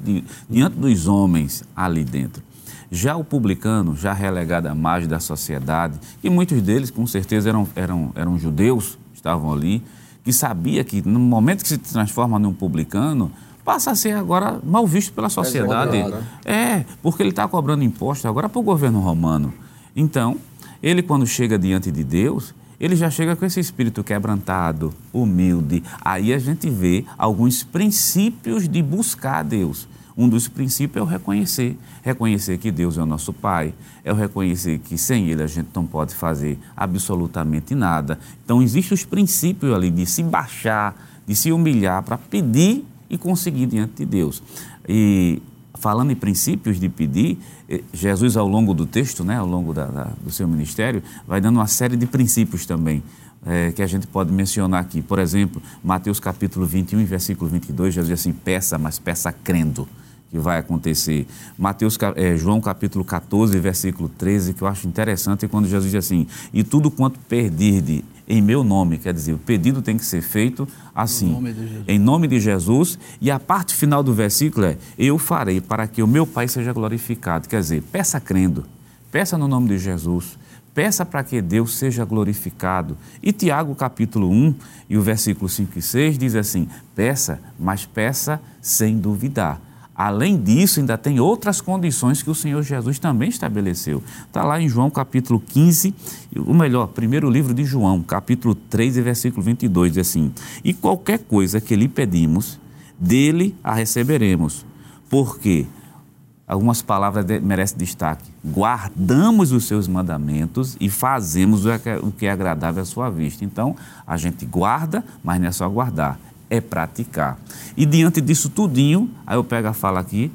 dos homens ali dentro. Já o publicano, já relegado à margem da sociedade, e muitos deles, com certeza, eram judeus, estavam ali, que sabia que no momento que se transforma num publicano, passa a ser agora mal visto pela sociedade. Porque ele está cobrando imposto agora para o governo romano. Então, ele quando chega diante de Deus, ele já chega com esse espírito quebrantado, humilde. Aí a gente vê alguns princípios de buscar a Deus. Um dos princípios é o reconhecer que Deus é o nosso Pai, é o reconhecer que sem Ele a gente não pode fazer absolutamente nada. Então, existem os princípios ali de se baixar, de se humilhar para pedir e conseguir diante de Deus. E falando em princípios de pedir, Jesus, ao longo do texto, né, ao longo do seu ministério, vai dando uma série de princípios também, que a gente pode mencionar aqui. Por exemplo, Mateus capítulo 21, versículo 22, Jesus diz assim: peça, mas peça crendo que vai acontecer. João capítulo 14, versículo 13, que eu acho interessante, é quando Jesus diz assim: e tudo quanto pedirde em meu nome, quer dizer, o pedido tem que ser feito assim, em nome de Jesus, e a parte final do versículo é: eu farei para que o meu Pai seja glorificado. Quer dizer, peça crendo, peça no nome de Jesus, peça para que Deus seja glorificado. E Tiago capítulo 1 e o versículo 5 e 6 diz assim: peça, mas peça sem duvidar. Além disso, ainda tem outras condições que o Senhor Jesus também estabeleceu. Está lá em João capítulo 15, primeiro livro de João, capítulo 3 e versículo 22, diz assim: e qualquer coisa que lhe pedimos, dele a receberemos, porque, algumas palavras merecem destaque, guardamos os seus mandamentos e fazemos o que é agradável à sua vista. Então, a gente guarda, mas não é só guardar, é praticar. E diante disso tudinho, aí eu pego a fala aqui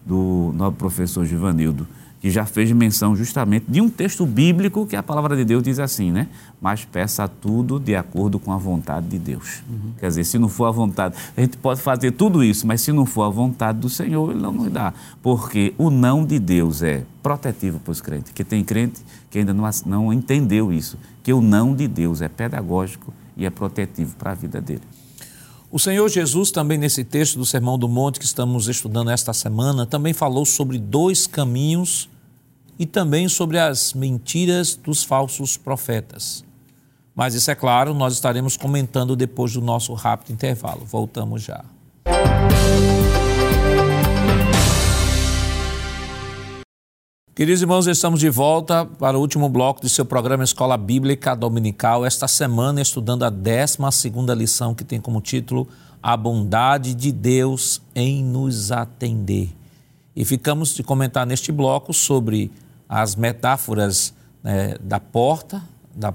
do nosso professor Givanildo, que já fez menção justamente de um texto bíblico que a palavra de Deus diz assim, né? Mas peça tudo de acordo com a vontade de Deus. Quer dizer, se não for a vontade, a gente pode fazer tudo isso, mas se não for a vontade do Senhor, Ele não nos dá. Porque o não de Deus é protetivo para os crentes, que tem crente que ainda não entendeu isso, que o não de Deus é pedagógico e é protetivo para a vida dele. O Senhor Jesus também nesse texto do Sermão do Monte que estamos estudando esta semana, também falou sobre 2 caminhos e também sobre as mentiras dos falsos profetas. Mas isso é claro, nós estaremos comentando depois do nosso rápido intervalo. Voltamos já. Queridos irmãos, estamos de volta para o último bloco do seu programa Escola Bíblica Dominical. Esta semana estudando a 12ª lição, que tem como título A Bondade de Deus em nos atender. E ficamos de comentar neste bloco sobre as metáforas da porta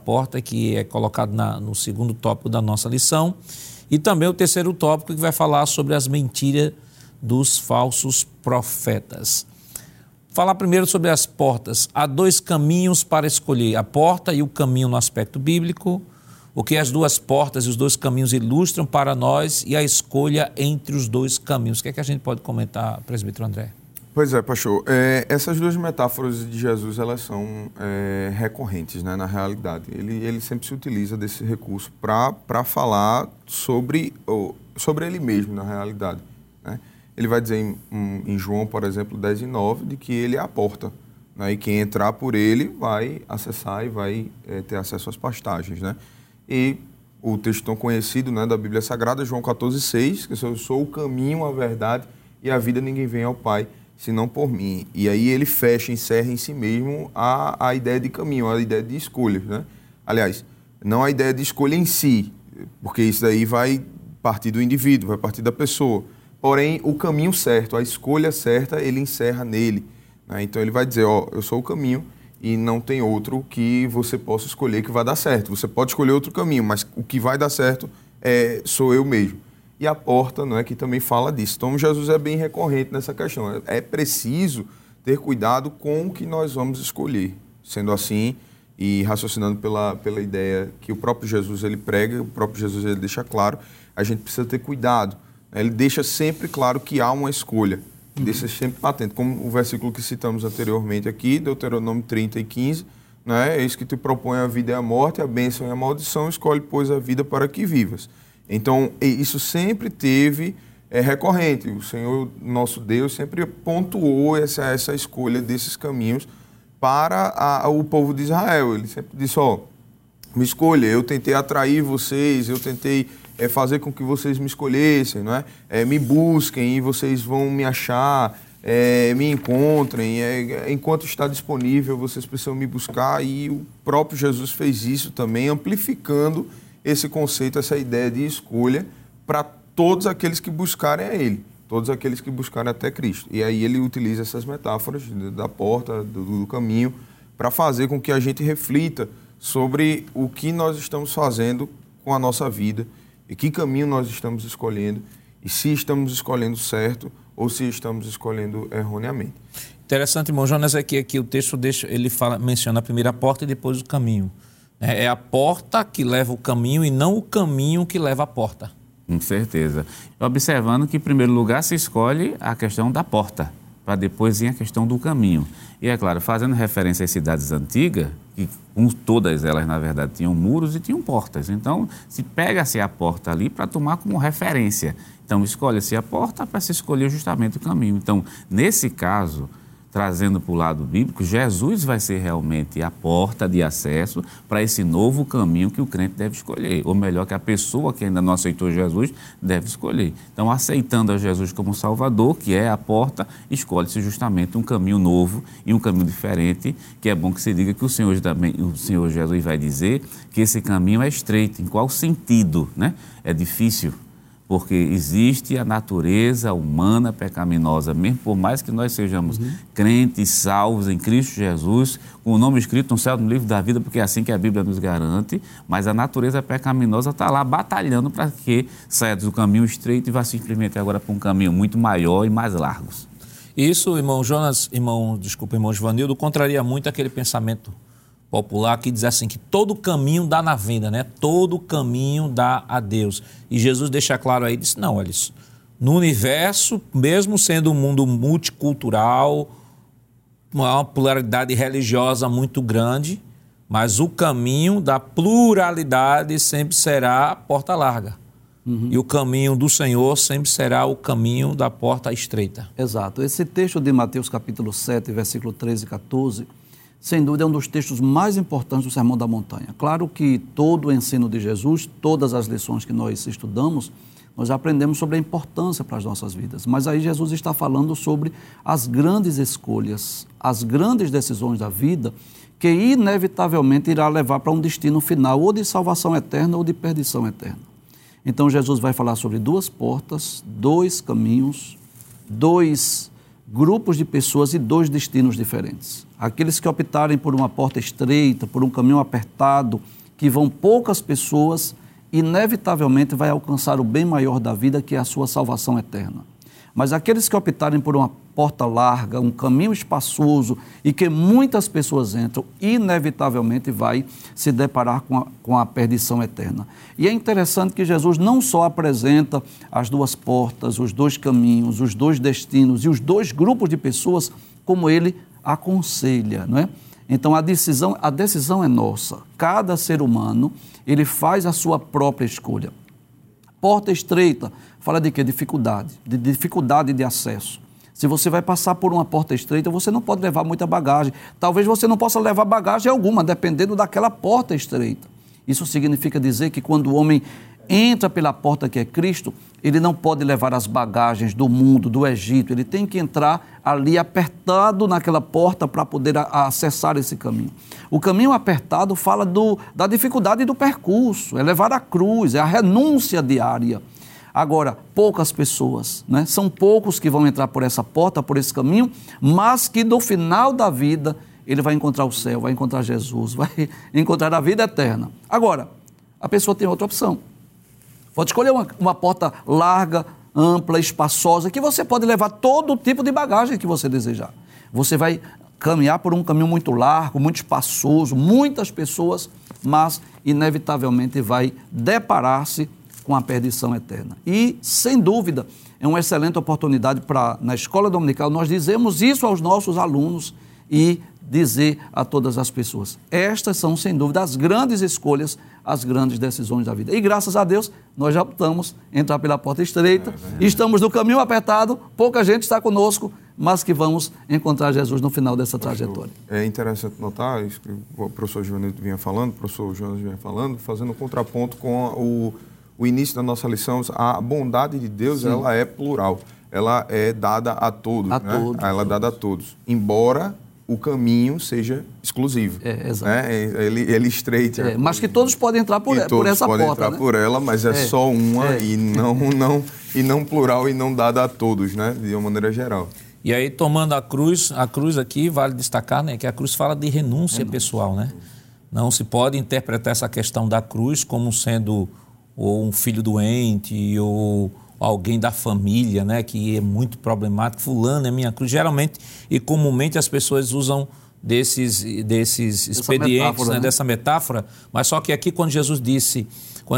que é colocado no segundo tópico da nossa lição, e também o terceiro tópico, que vai falar sobre as mentiras dos falsos profetas. Falar primeiro sobre as portas. Há dois caminhos para escolher, a porta e o caminho no aspecto bíblico, o que as duas portas e os dois caminhos ilustram para nós e a escolha entre os dois caminhos. O que é que a gente pode comentar, presbítero André? Pois é, pastor. Essas duas metáforas de Jesus, elas são recorrentes, né, na realidade. Ele sempre se utiliza desse recurso para falar sobre ele mesmo, na realidade, né? Ele vai dizer em João, por exemplo, 10:9, de que ele é a porta, né? E quem entrar por ele vai acessar e vai ter acesso às pastagens, né? E o texto tão conhecido, né, da Bíblia Sagrada, João 14:6, que eu sou o caminho, a verdade e a vida, ninguém vem ao Pai senão por mim. E aí ele encerra em si mesmo a ideia de caminho, a ideia de escolha, né? Aliás, não a ideia de escolha em si, porque isso daí vai partir do indivíduo, vai partir da pessoa. Porém, o caminho certo, a escolha certa, ele encerra nele, né? Então ele vai dizer, eu sou o caminho e não tem outro que você possa escolher que vai dar certo. Você pode escolher outro caminho, mas o que vai dar certo sou eu mesmo. E a porta, não é, que também fala disso. Então Jesus é bem recorrente nessa questão. É preciso ter cuidado com o que nós vamos escolher. Sendo assim, e raciocinando pela ideia que o próprio Jesus ele prega, o próprio Jesus ele deixa claro, a gente precisa ter cuidado. Ele deixa sempre claro que há uma escolha, deixa sempre patente, como o versículo que citamos anteriormente aqui, Deuteronômio 30:15, né? Eis que te propõe a vida e a morte, a bênção e a maldição, escolhe, pois, a vida para que vivas. Então, isso sempre teve recorrente, o Senhor, nosso Deus, sempre pontuou essa escolha desses caminhos para o povo de Israel. Ele sempre disse, me escolha, eu tentei atrair vocês, eu tentei fazer com que vocês me escolhessem, não é? Me busquem e vocês vão me achar, me encontrem, enquanto está disponível vocês precisam me buscar, e o próprio Jesus fez isso também, amplificando esse conceito, essa ideia de escolha para todos aqueles que buscarem a Ele, todos aqueles que buscarem até Cristo. E aí ele utiliza essas metáforas da porta, do caminho, para fazer com que a gente reflita sobre o que nós estamos fazendo com a nossa vida, e que caminho nós estamos escolhendo, e se estamos escolhendo certo ou se estamos escolhendo erroneamente. Interessante, irmão Jonas, é que aqui o texto menciona a primeira porta e depois o caminho. É a porta que leva o caminho e não o caminho que leva a porta. Com certeza. Observando que, em primeiro lugar, se escolhe a questão da porta, para depois vir a questão do caminho. E, é claro, fazendo referência às cidades antigas, que todas elas, na verdade, tinham muros e tinham portas. Então, se pega-se a porta ali para tomar como referência. Então, escolhe-se a porta para se escolher justamente o caminho. Então, nesse caso, trazendo para o lado bíblico, Jesus vai ser realmente a porta de acesso para esse novo caminho que o crente deve escolher, ou melhor, que a pessoa que ainda não aceitou Jesus deve escolher. Então, aceitando a Jesus como Salvador, que é a porta, escolhe-se justamente um caminho novo e um caminho diferente, que é bom que se diga que o Senhor Jesus vai dizer que esse caminho é estreito. Em qual sentido, né? É difícil, porque existe a natureza humana pecaminosa, mesmo por mais que nós sejamos crentes, salvos em Cristo Jesus, com o nome escrito no céu, no livro da vida, porque é assim que a Bíblia nos garante, mas a natureza pecaminosa está lá batalhando para que saia do caminho estreito e vá simplesmente agora para um caminho muito maior e mais largo. Isso, irmão Jonas, irmão Givanildo, contraria muito aquele pensamento popular que diz assim, que todo caminho dá na venda, né? Todo caminho dá a Deus. E Jesus deixa claro aí, diz, não, olha isso, no universo, mesmo sendo um mundo multicultural, uma pluralidade religiosa muito grande, mas o caminho da pluralidade sempre será a porta larga. E o caminho do Senhor sempre será o caminho da porta estreita. Exato. Esse texto de Mateus capítulo 7, versículo 13 e 14, sem dúvida é um dos textos mais importantes do Sermão da Montanha. Claro que todo o ensino de Jesus, todas as lições que nós estudamos, nós aprendemos sobre a importância para as nossas vidas. Mas aí Jesus está falando sobre as grandes escolhas, as grandes decisões da vida, que inevitavelmente irá levar para um destino final, ou de salvação eterna ou de perdição eterna. Então Jesus vai falar sobre duas portas, dois caminhos, dois grupos de pessoas e dois destinos diferentes. Aqueles que optarem por uma porta estreita, por um caminho apertado, que vão poucas pessoas, inevitavelmente vai alcançar o bem maior da vida, que é a sua salvação eterna. Mas aqueles que optarem por uma porta larga, um caminho espaçoso e que muitas pessoas entram, inevitavelmente vai se deparar com a perdição eterna. E é interessante que Jesus não só apresenta as duas portas, os dois caminhos, os dois destinos e os dois grupos de pessoas, como ele aconselha, não é? Então a decisão é nossa. Cada ser humano, ele faz a sua própria escolha. Porta estreita, fala de quê? Dificuldade de acesso. Se você vai passar por uma porta estreita, você não pode levar muita bagagem. Talvez você não possa levar bagagem alguma, dependendo daquela porta estreita. Isso significa dizer que quando o homem entra pela porta que é Cristo, ele não pode levar as bagagens do mundo, do Egito. Ele tem que entrar ali apertado naquela porta para poder acessar esse caminho. O caminho apertado fala da dificuldade do percurso, é levar a cruz, é a renúncia diária. Agora, poucas pessoas, né? São poucos que vão entrar por essa porta, por esse caminho, mas que no final da vida ele vai encontrar o céu, vai encontrar Jesus, vai encontrar a vida eterna. Agora, a pessoa tem outra opção. Pode escolher uma porta larga, ampla, espaçosa, que você pode levar todo tipo de bagagem que você desejar. Você vai caminhar por um caminho muito largo, muito espaçoso, muitas pessoas, mas inevitavelmente vai deparar-se com a perdição eterna. E, sem dúvida, é uma excelente oportunidade para, na escola dominical, nós dizemos isso aos nossos alunos e dizer a todas as pessoas. Estas são, sem dúvida, as grandes escolhas, as grandes decisões da vida. E, graças a Deus, nós já optamos entrar pela porta estreita, estamos no caminho apertado, pouca gente está conosco, mas que vamos encontrar Jesus no final dessa trajetória. É interessante notar isso que o professor Jonas vinha falando, fazendo um contraponto com o início da nossa lição. A bondade de Deus, sim, ela é plural, ela é dada a todos, ela é dada a todos, embora o caminho seja exclusivo. Exato. Né? Ele estreita. Mas que todos podem entrar por essa porta. Todos podem entrar, né? por ela, mas é só uma e não plural e não dada a todos, né? De uma maneira geral. E aí, tomando a cruz aqui, vale destacar, né, que a cruz fala de renúncia pessoal, né? Não se pode interpretar essa questão da cruz como sendo ou um filho doente ou alguém da família, né, que é muito problemático. Fulano é minha cruz. Geralmente e comumente as pessoas usam desses expedientes, né, dessa metáfora, mas só que aqui quando Jesus disse,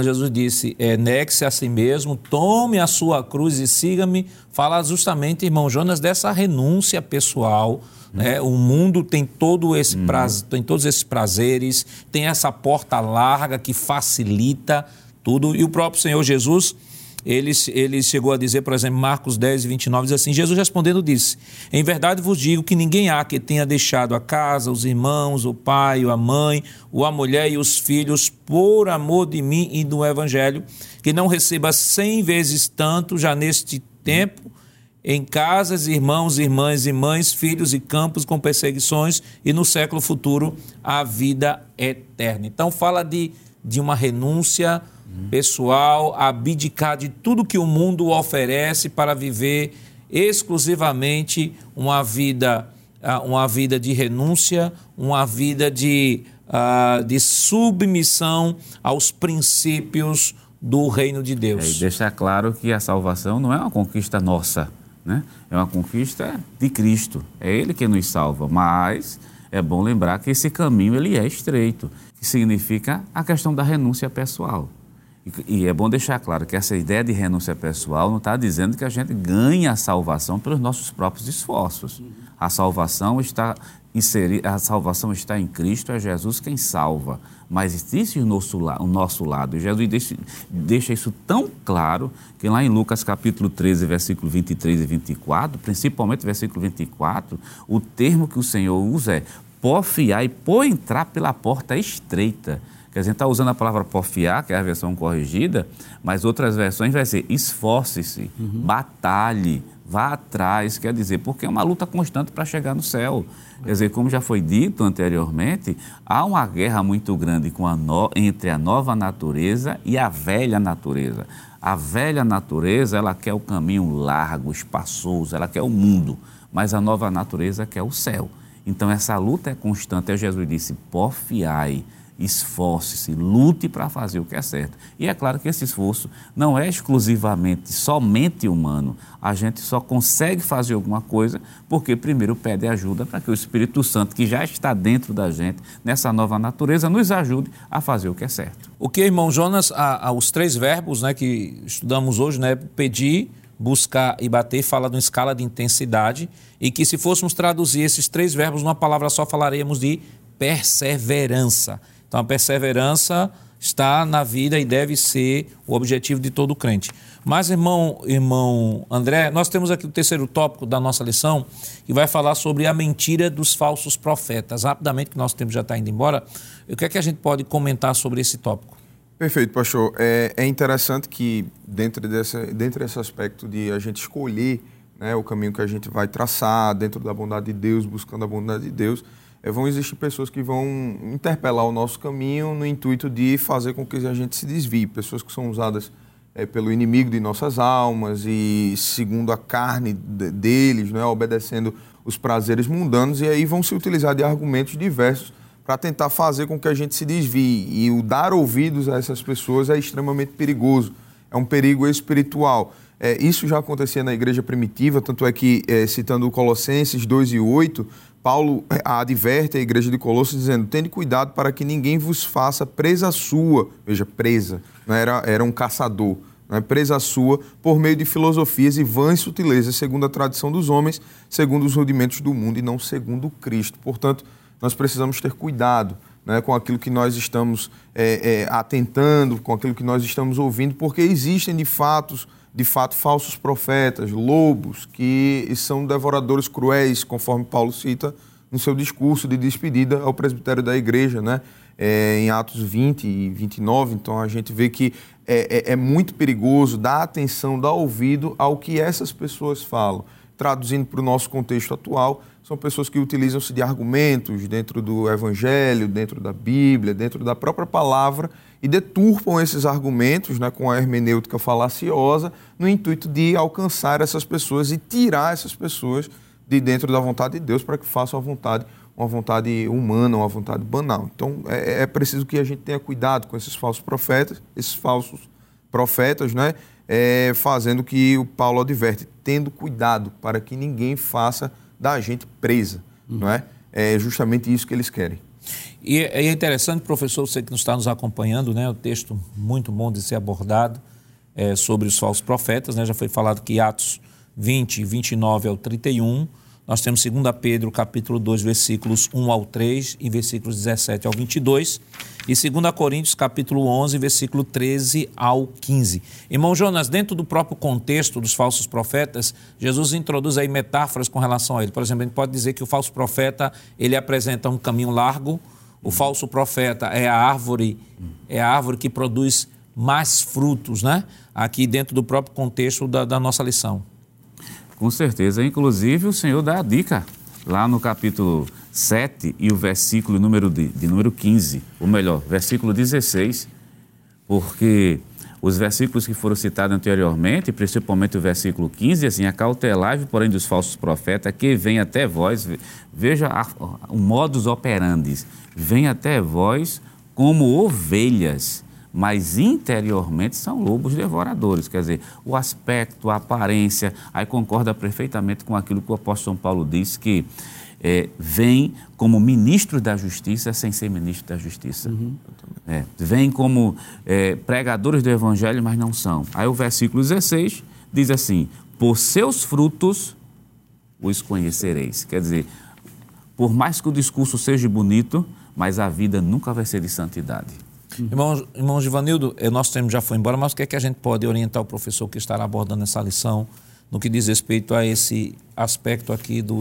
negue-se a si mesmo, tome a sua cruz e siga-me, fala justamente, irmão Jonas, dessa renúncia pessoal. Né? O mundo tem todo esse tem todos esses prazeres, tem essa porta larga que facilita tudo, e o próprio Senhor Jesus, ele chegou a dizer, por exemplo, Marcos 10, 29, diz assim, Jesus respondendo disse, em verdade vos digo que ninguém há que tenha deixado a casa, os irmãos, o pai, a mãe, ou a mulher e os filhos, por amor de mim e do Evangelho, que não receba 100 vezes tanto já neste tempo, em casas, irmãos, irmãs e mães, filhos e campos com perseguições, e no século futuro a vida eterna. Então fala de uma renúncia pessoal, abdicar de tudo que o mundo oferece para viver exclusivamente uma vida de renúncia, uma vida de submissão aos princípios do reino de Deus. E deixar claro que a salvação não é uma conquista nossa, né? É uma conquista de Cristo, é Ele que nos salva, mas é bom lembrar que esse caminho ele é estreito, que significa a questão da renúncia pessoal. E é bom deixar claro que essa ideia de renúncia pessoal não está dizendo que a gente ganha a salvação pelos nossos próprios esforços. A salvação está em Cristo, é Jesus quem salva. Mas existe o nosso lado. E Jesus deixa isso tão claro que lá em Lucas capítulo 13, versículo 23 e 24, principalmente versículo 24, o termo que o Senhor usa é porfiar e por entrar pela porta estreita. Quer dizer, a gente está usando a palavra porfiar, que é a versão corrigida, mas outras versões vai ser esforce-se, batalhe, vá atrás, quer dizer, porque é uma luta constante para chegar no céu. Quer dizer, como já foi dito anteriormente, há uma guerra muito grande entre a nova natureza e a velha natureza. A velha natureza, ela quer o caminho largo, espaçoso, ela quer o mundo, mas a nova natureza quer o céu. Então, essa luta é constante. Jesus disse, porfiai, esforce-se, lute para fazer o que é certo. E é claro que esse esforço não é exclusivamente, somente humano. A gente só consegue fazer alguma coisa porque primeiro pede ajuda para que o Espírito Santo, que já está dentro da gente, nessa nova natureza, nos ajude a fazer o que é certo. O que, irmão Jonas, os 3 verbos, né, que estudamos hoje, né, pedir, buscar e bater, fala de uma escala de intensidade, e que se fôssemos traduzir esses 3 verbos numa palavra só, falaríamos de perseverança. Então, a perseverança está na vida e deve ser o objetivo de todo crente. Mas, irmão André, nós temos aqui o 3º tópico da nossa lição, que vai falar sobre a mentira dos falsos profetas. Rapidamente, que nosso tempo já está indo embora, o que é que a gente pode comentar sobre esse tópico? Perfeito, pastor. É interessante que, dentro desse aspecto de a gente escolher, né, o caminho que a gente vai traçar, dentro da bondade de Deus, buscando a bondade de Deus, vão existir pessoas que vão interpelar o nosso caminho no intuito de fazer com que a gente se desvie. Pessoas que são usadas pelo inimigo de nossas almas e segundo a carne deles, né, obedecendo os prazeres mundanos, e aí vão se utilizar de argumentos diversos para tentar fazer com que a gente se desvie. E o dar ouvidos a essas pessoas é extremamente perigoso, é um perigo espiritual. Isso já acontecia na igreja primitiva, tanto é que, citando Colossenses 2:8, Paulo adverte a igreja de Colossos dizendo, tende cuidado para que ninguém vos faça presa sua, veja, presa, não era um caçador, né? Presa sua por meio de filosofias e vãs sutilezas, segundo a tradição dos homens, segundo os rudimentos do mundo e não segundo Cristo. Portanto, nós precisamos ter cuidado, né, com aquilo que nós estamos atentando, com aquilo que nós estamos ouvindo, porque existem de fato, falsos profetas, lobos, que são devoradores cruéis, conforme Paulo cita no seu discurso de despedida ao presbitério da igreja, né? Em Atos 20 e 29. Então, a gente vê que é muito perigoso dar atenção, dar ouvido ao que essas pessoas falam. Traduzindo para o nosso contexto atual, são pessoas que utilizam-se de argumentos dentro do Evangelho, dentro da Bíblia, dentro da própria palavra, e deturpam esses argumentos, né, com a hermenêutica falaciosa, no intuito de alcançar essas pessoas e tirar essas pessoas de dentro da vontade de Deus para que façam uma vontade humana, uma vontade banal. Então, é preciso que a gente tenha cuidado com esses falsos profetas, né, fazendo o que o Paulo adverte, tendo cuidado para que ninguém faça da gente presa, não é? É justamente isso que eles querem. E é interessante, professor, você que está nos acompanhando, né, o texto muito bom de ser abordado sobre os falsos profetas, né, já foi falado que Atos 20, 29 ao 31, nós temos 2 Pedro, capítulo 2, versículos 1 ao 3 e versículos 17 ao 22, e 2 Coríntios, capítulo 11, versículo 13 ao 15. Irmão Jonas, dentro do próprio contexto dos falsos profetas, Jesus introduz aí metáforas com relação a ele. Por exemplo, a gente pode dizer que o falso profeta, ele apresenta um caminho largo, o falso profeta é a árvore que produz mais frutos, né? Aqui dentro do próprio contexto da nossa lição. Com certeza, inclusive o Senhor dá a dica lá no capítulo 7 e o versículo número 15, ou melhor, versículo 16, porque os versículos que foram citados anteriormente, principalmente o versículo 15, assim, acautelai-vos, porém, dos falsos profetas, que vêm até vós, veja o modus operandi, vêm até vós como ovelhas, mas interiormente são lobos devoradores. Quer dizer, o aspecto, a aparência, aí concorda perfeitamente com aquilo que o apóstolo São Paulo diz, que vem como ministros da justiça sem ser ministro da justiça. Vem como pregadores do evangelho, mas não são. Aí o versículo 16 diz assim, por seus frutos os conhecereis. Quer dizer, por mais que o discurso seja bonito, mas a vida nunca vai ser de santidade. Irmão Givanildo, nosso tempo já foi embora, mas o que é que a gente pode orientar o professor que estará abordando essa lição no que diz respeito a esse aspecto aqui dos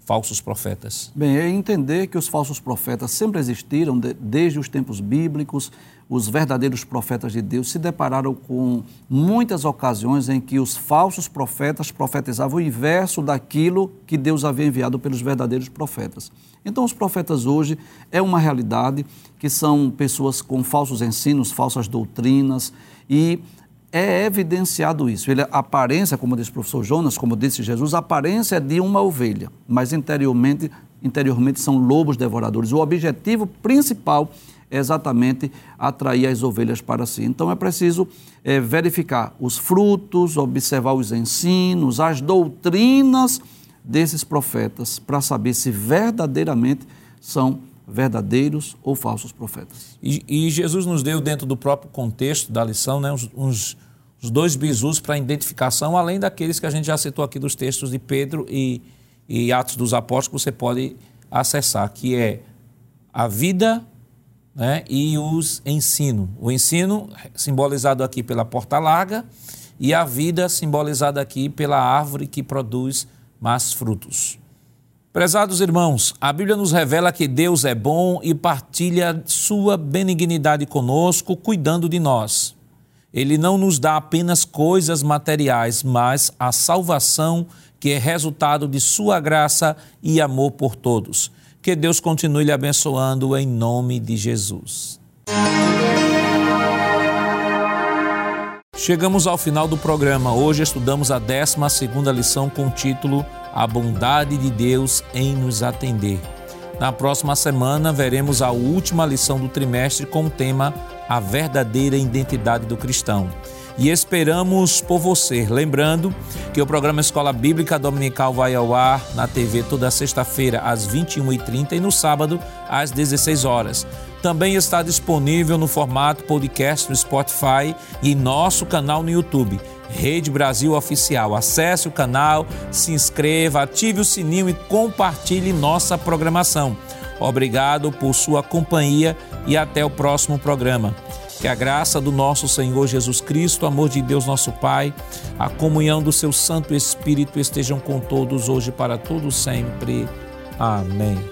falsos profetas? Bem, é entender que os falsos profetas sempre existiram desde os tempos bíblicos. Os verdadeiros profetas de Deus se depararam com muitas ocasiões em que os falsos profetas profetizavam o inverso daquilo que Deus havia enviado pelos verdadeiros profetas. Então, os profetas hoje é uma realidade que são pessoas com falsos ensinos, falsas doutrinas, e é evidenciado isso. A aparência, como disse o professor Jonas, como disse Jesus, a aparência é de uma ovelha, mas interiormente são lobos devoradores. O objetivo principal é exatamente atrair as ovelhas para si. Então é preciso verificar os frutos, observar os ensinos, as doutrinas desses profetas, para saber se verdadeiramente são verdadeiros ou falsos profetas. E Jesus nos deu, dentro do próprio contexto da lição, né, os dois bizus para identificação, além daqueles que a gente já citou aqui dos textos de Pedro e Atos dos Apóstolos, que você pode acessar, que é a vida, né, e os ensino. O ensino simbolizado aqui pela porta larga e a vida simbolizada aqui pela árvore que produz mais frutos. Prezados irmãos, a Bíblia nos revela que Deus é bom e partilha sua benignidade conosco, cuidando de nós. Ele não nos dá apenas coisas materiais, mas a salvação que é resultado de sua graça e amor por todos. Que Deus continue lhe abençoando em nome de Jesus. Chegamos ao final do programa. Hoje estudamos a 12ª lição com o título A Bondade de Deus em nos atender. Na próxima semana veremos a última lição do trimestre com o tema A Verdadeira Identidade do Cristão. E esperamos por você. Lembrando que o programa Escola Bíblica Dominical vai ao ar na TV toda sexta-feira às 21h30 e no sábado às 16 horas. Também está disponível no formato podcast no Spotify e em nosso canal no YouTube, Rede Brasil Oficial. Acesse o canal, se inscreva, ative o sininho e compartilhe nossa programação. Obrigado por sua companhia e até o próximo programa. Que a graça do nosso Senhor Jesus Cristo, o amor de Deus nosso Pai, a comunhão do seu Santo Espírito estejam com todos hoje para todo sempre. Amém.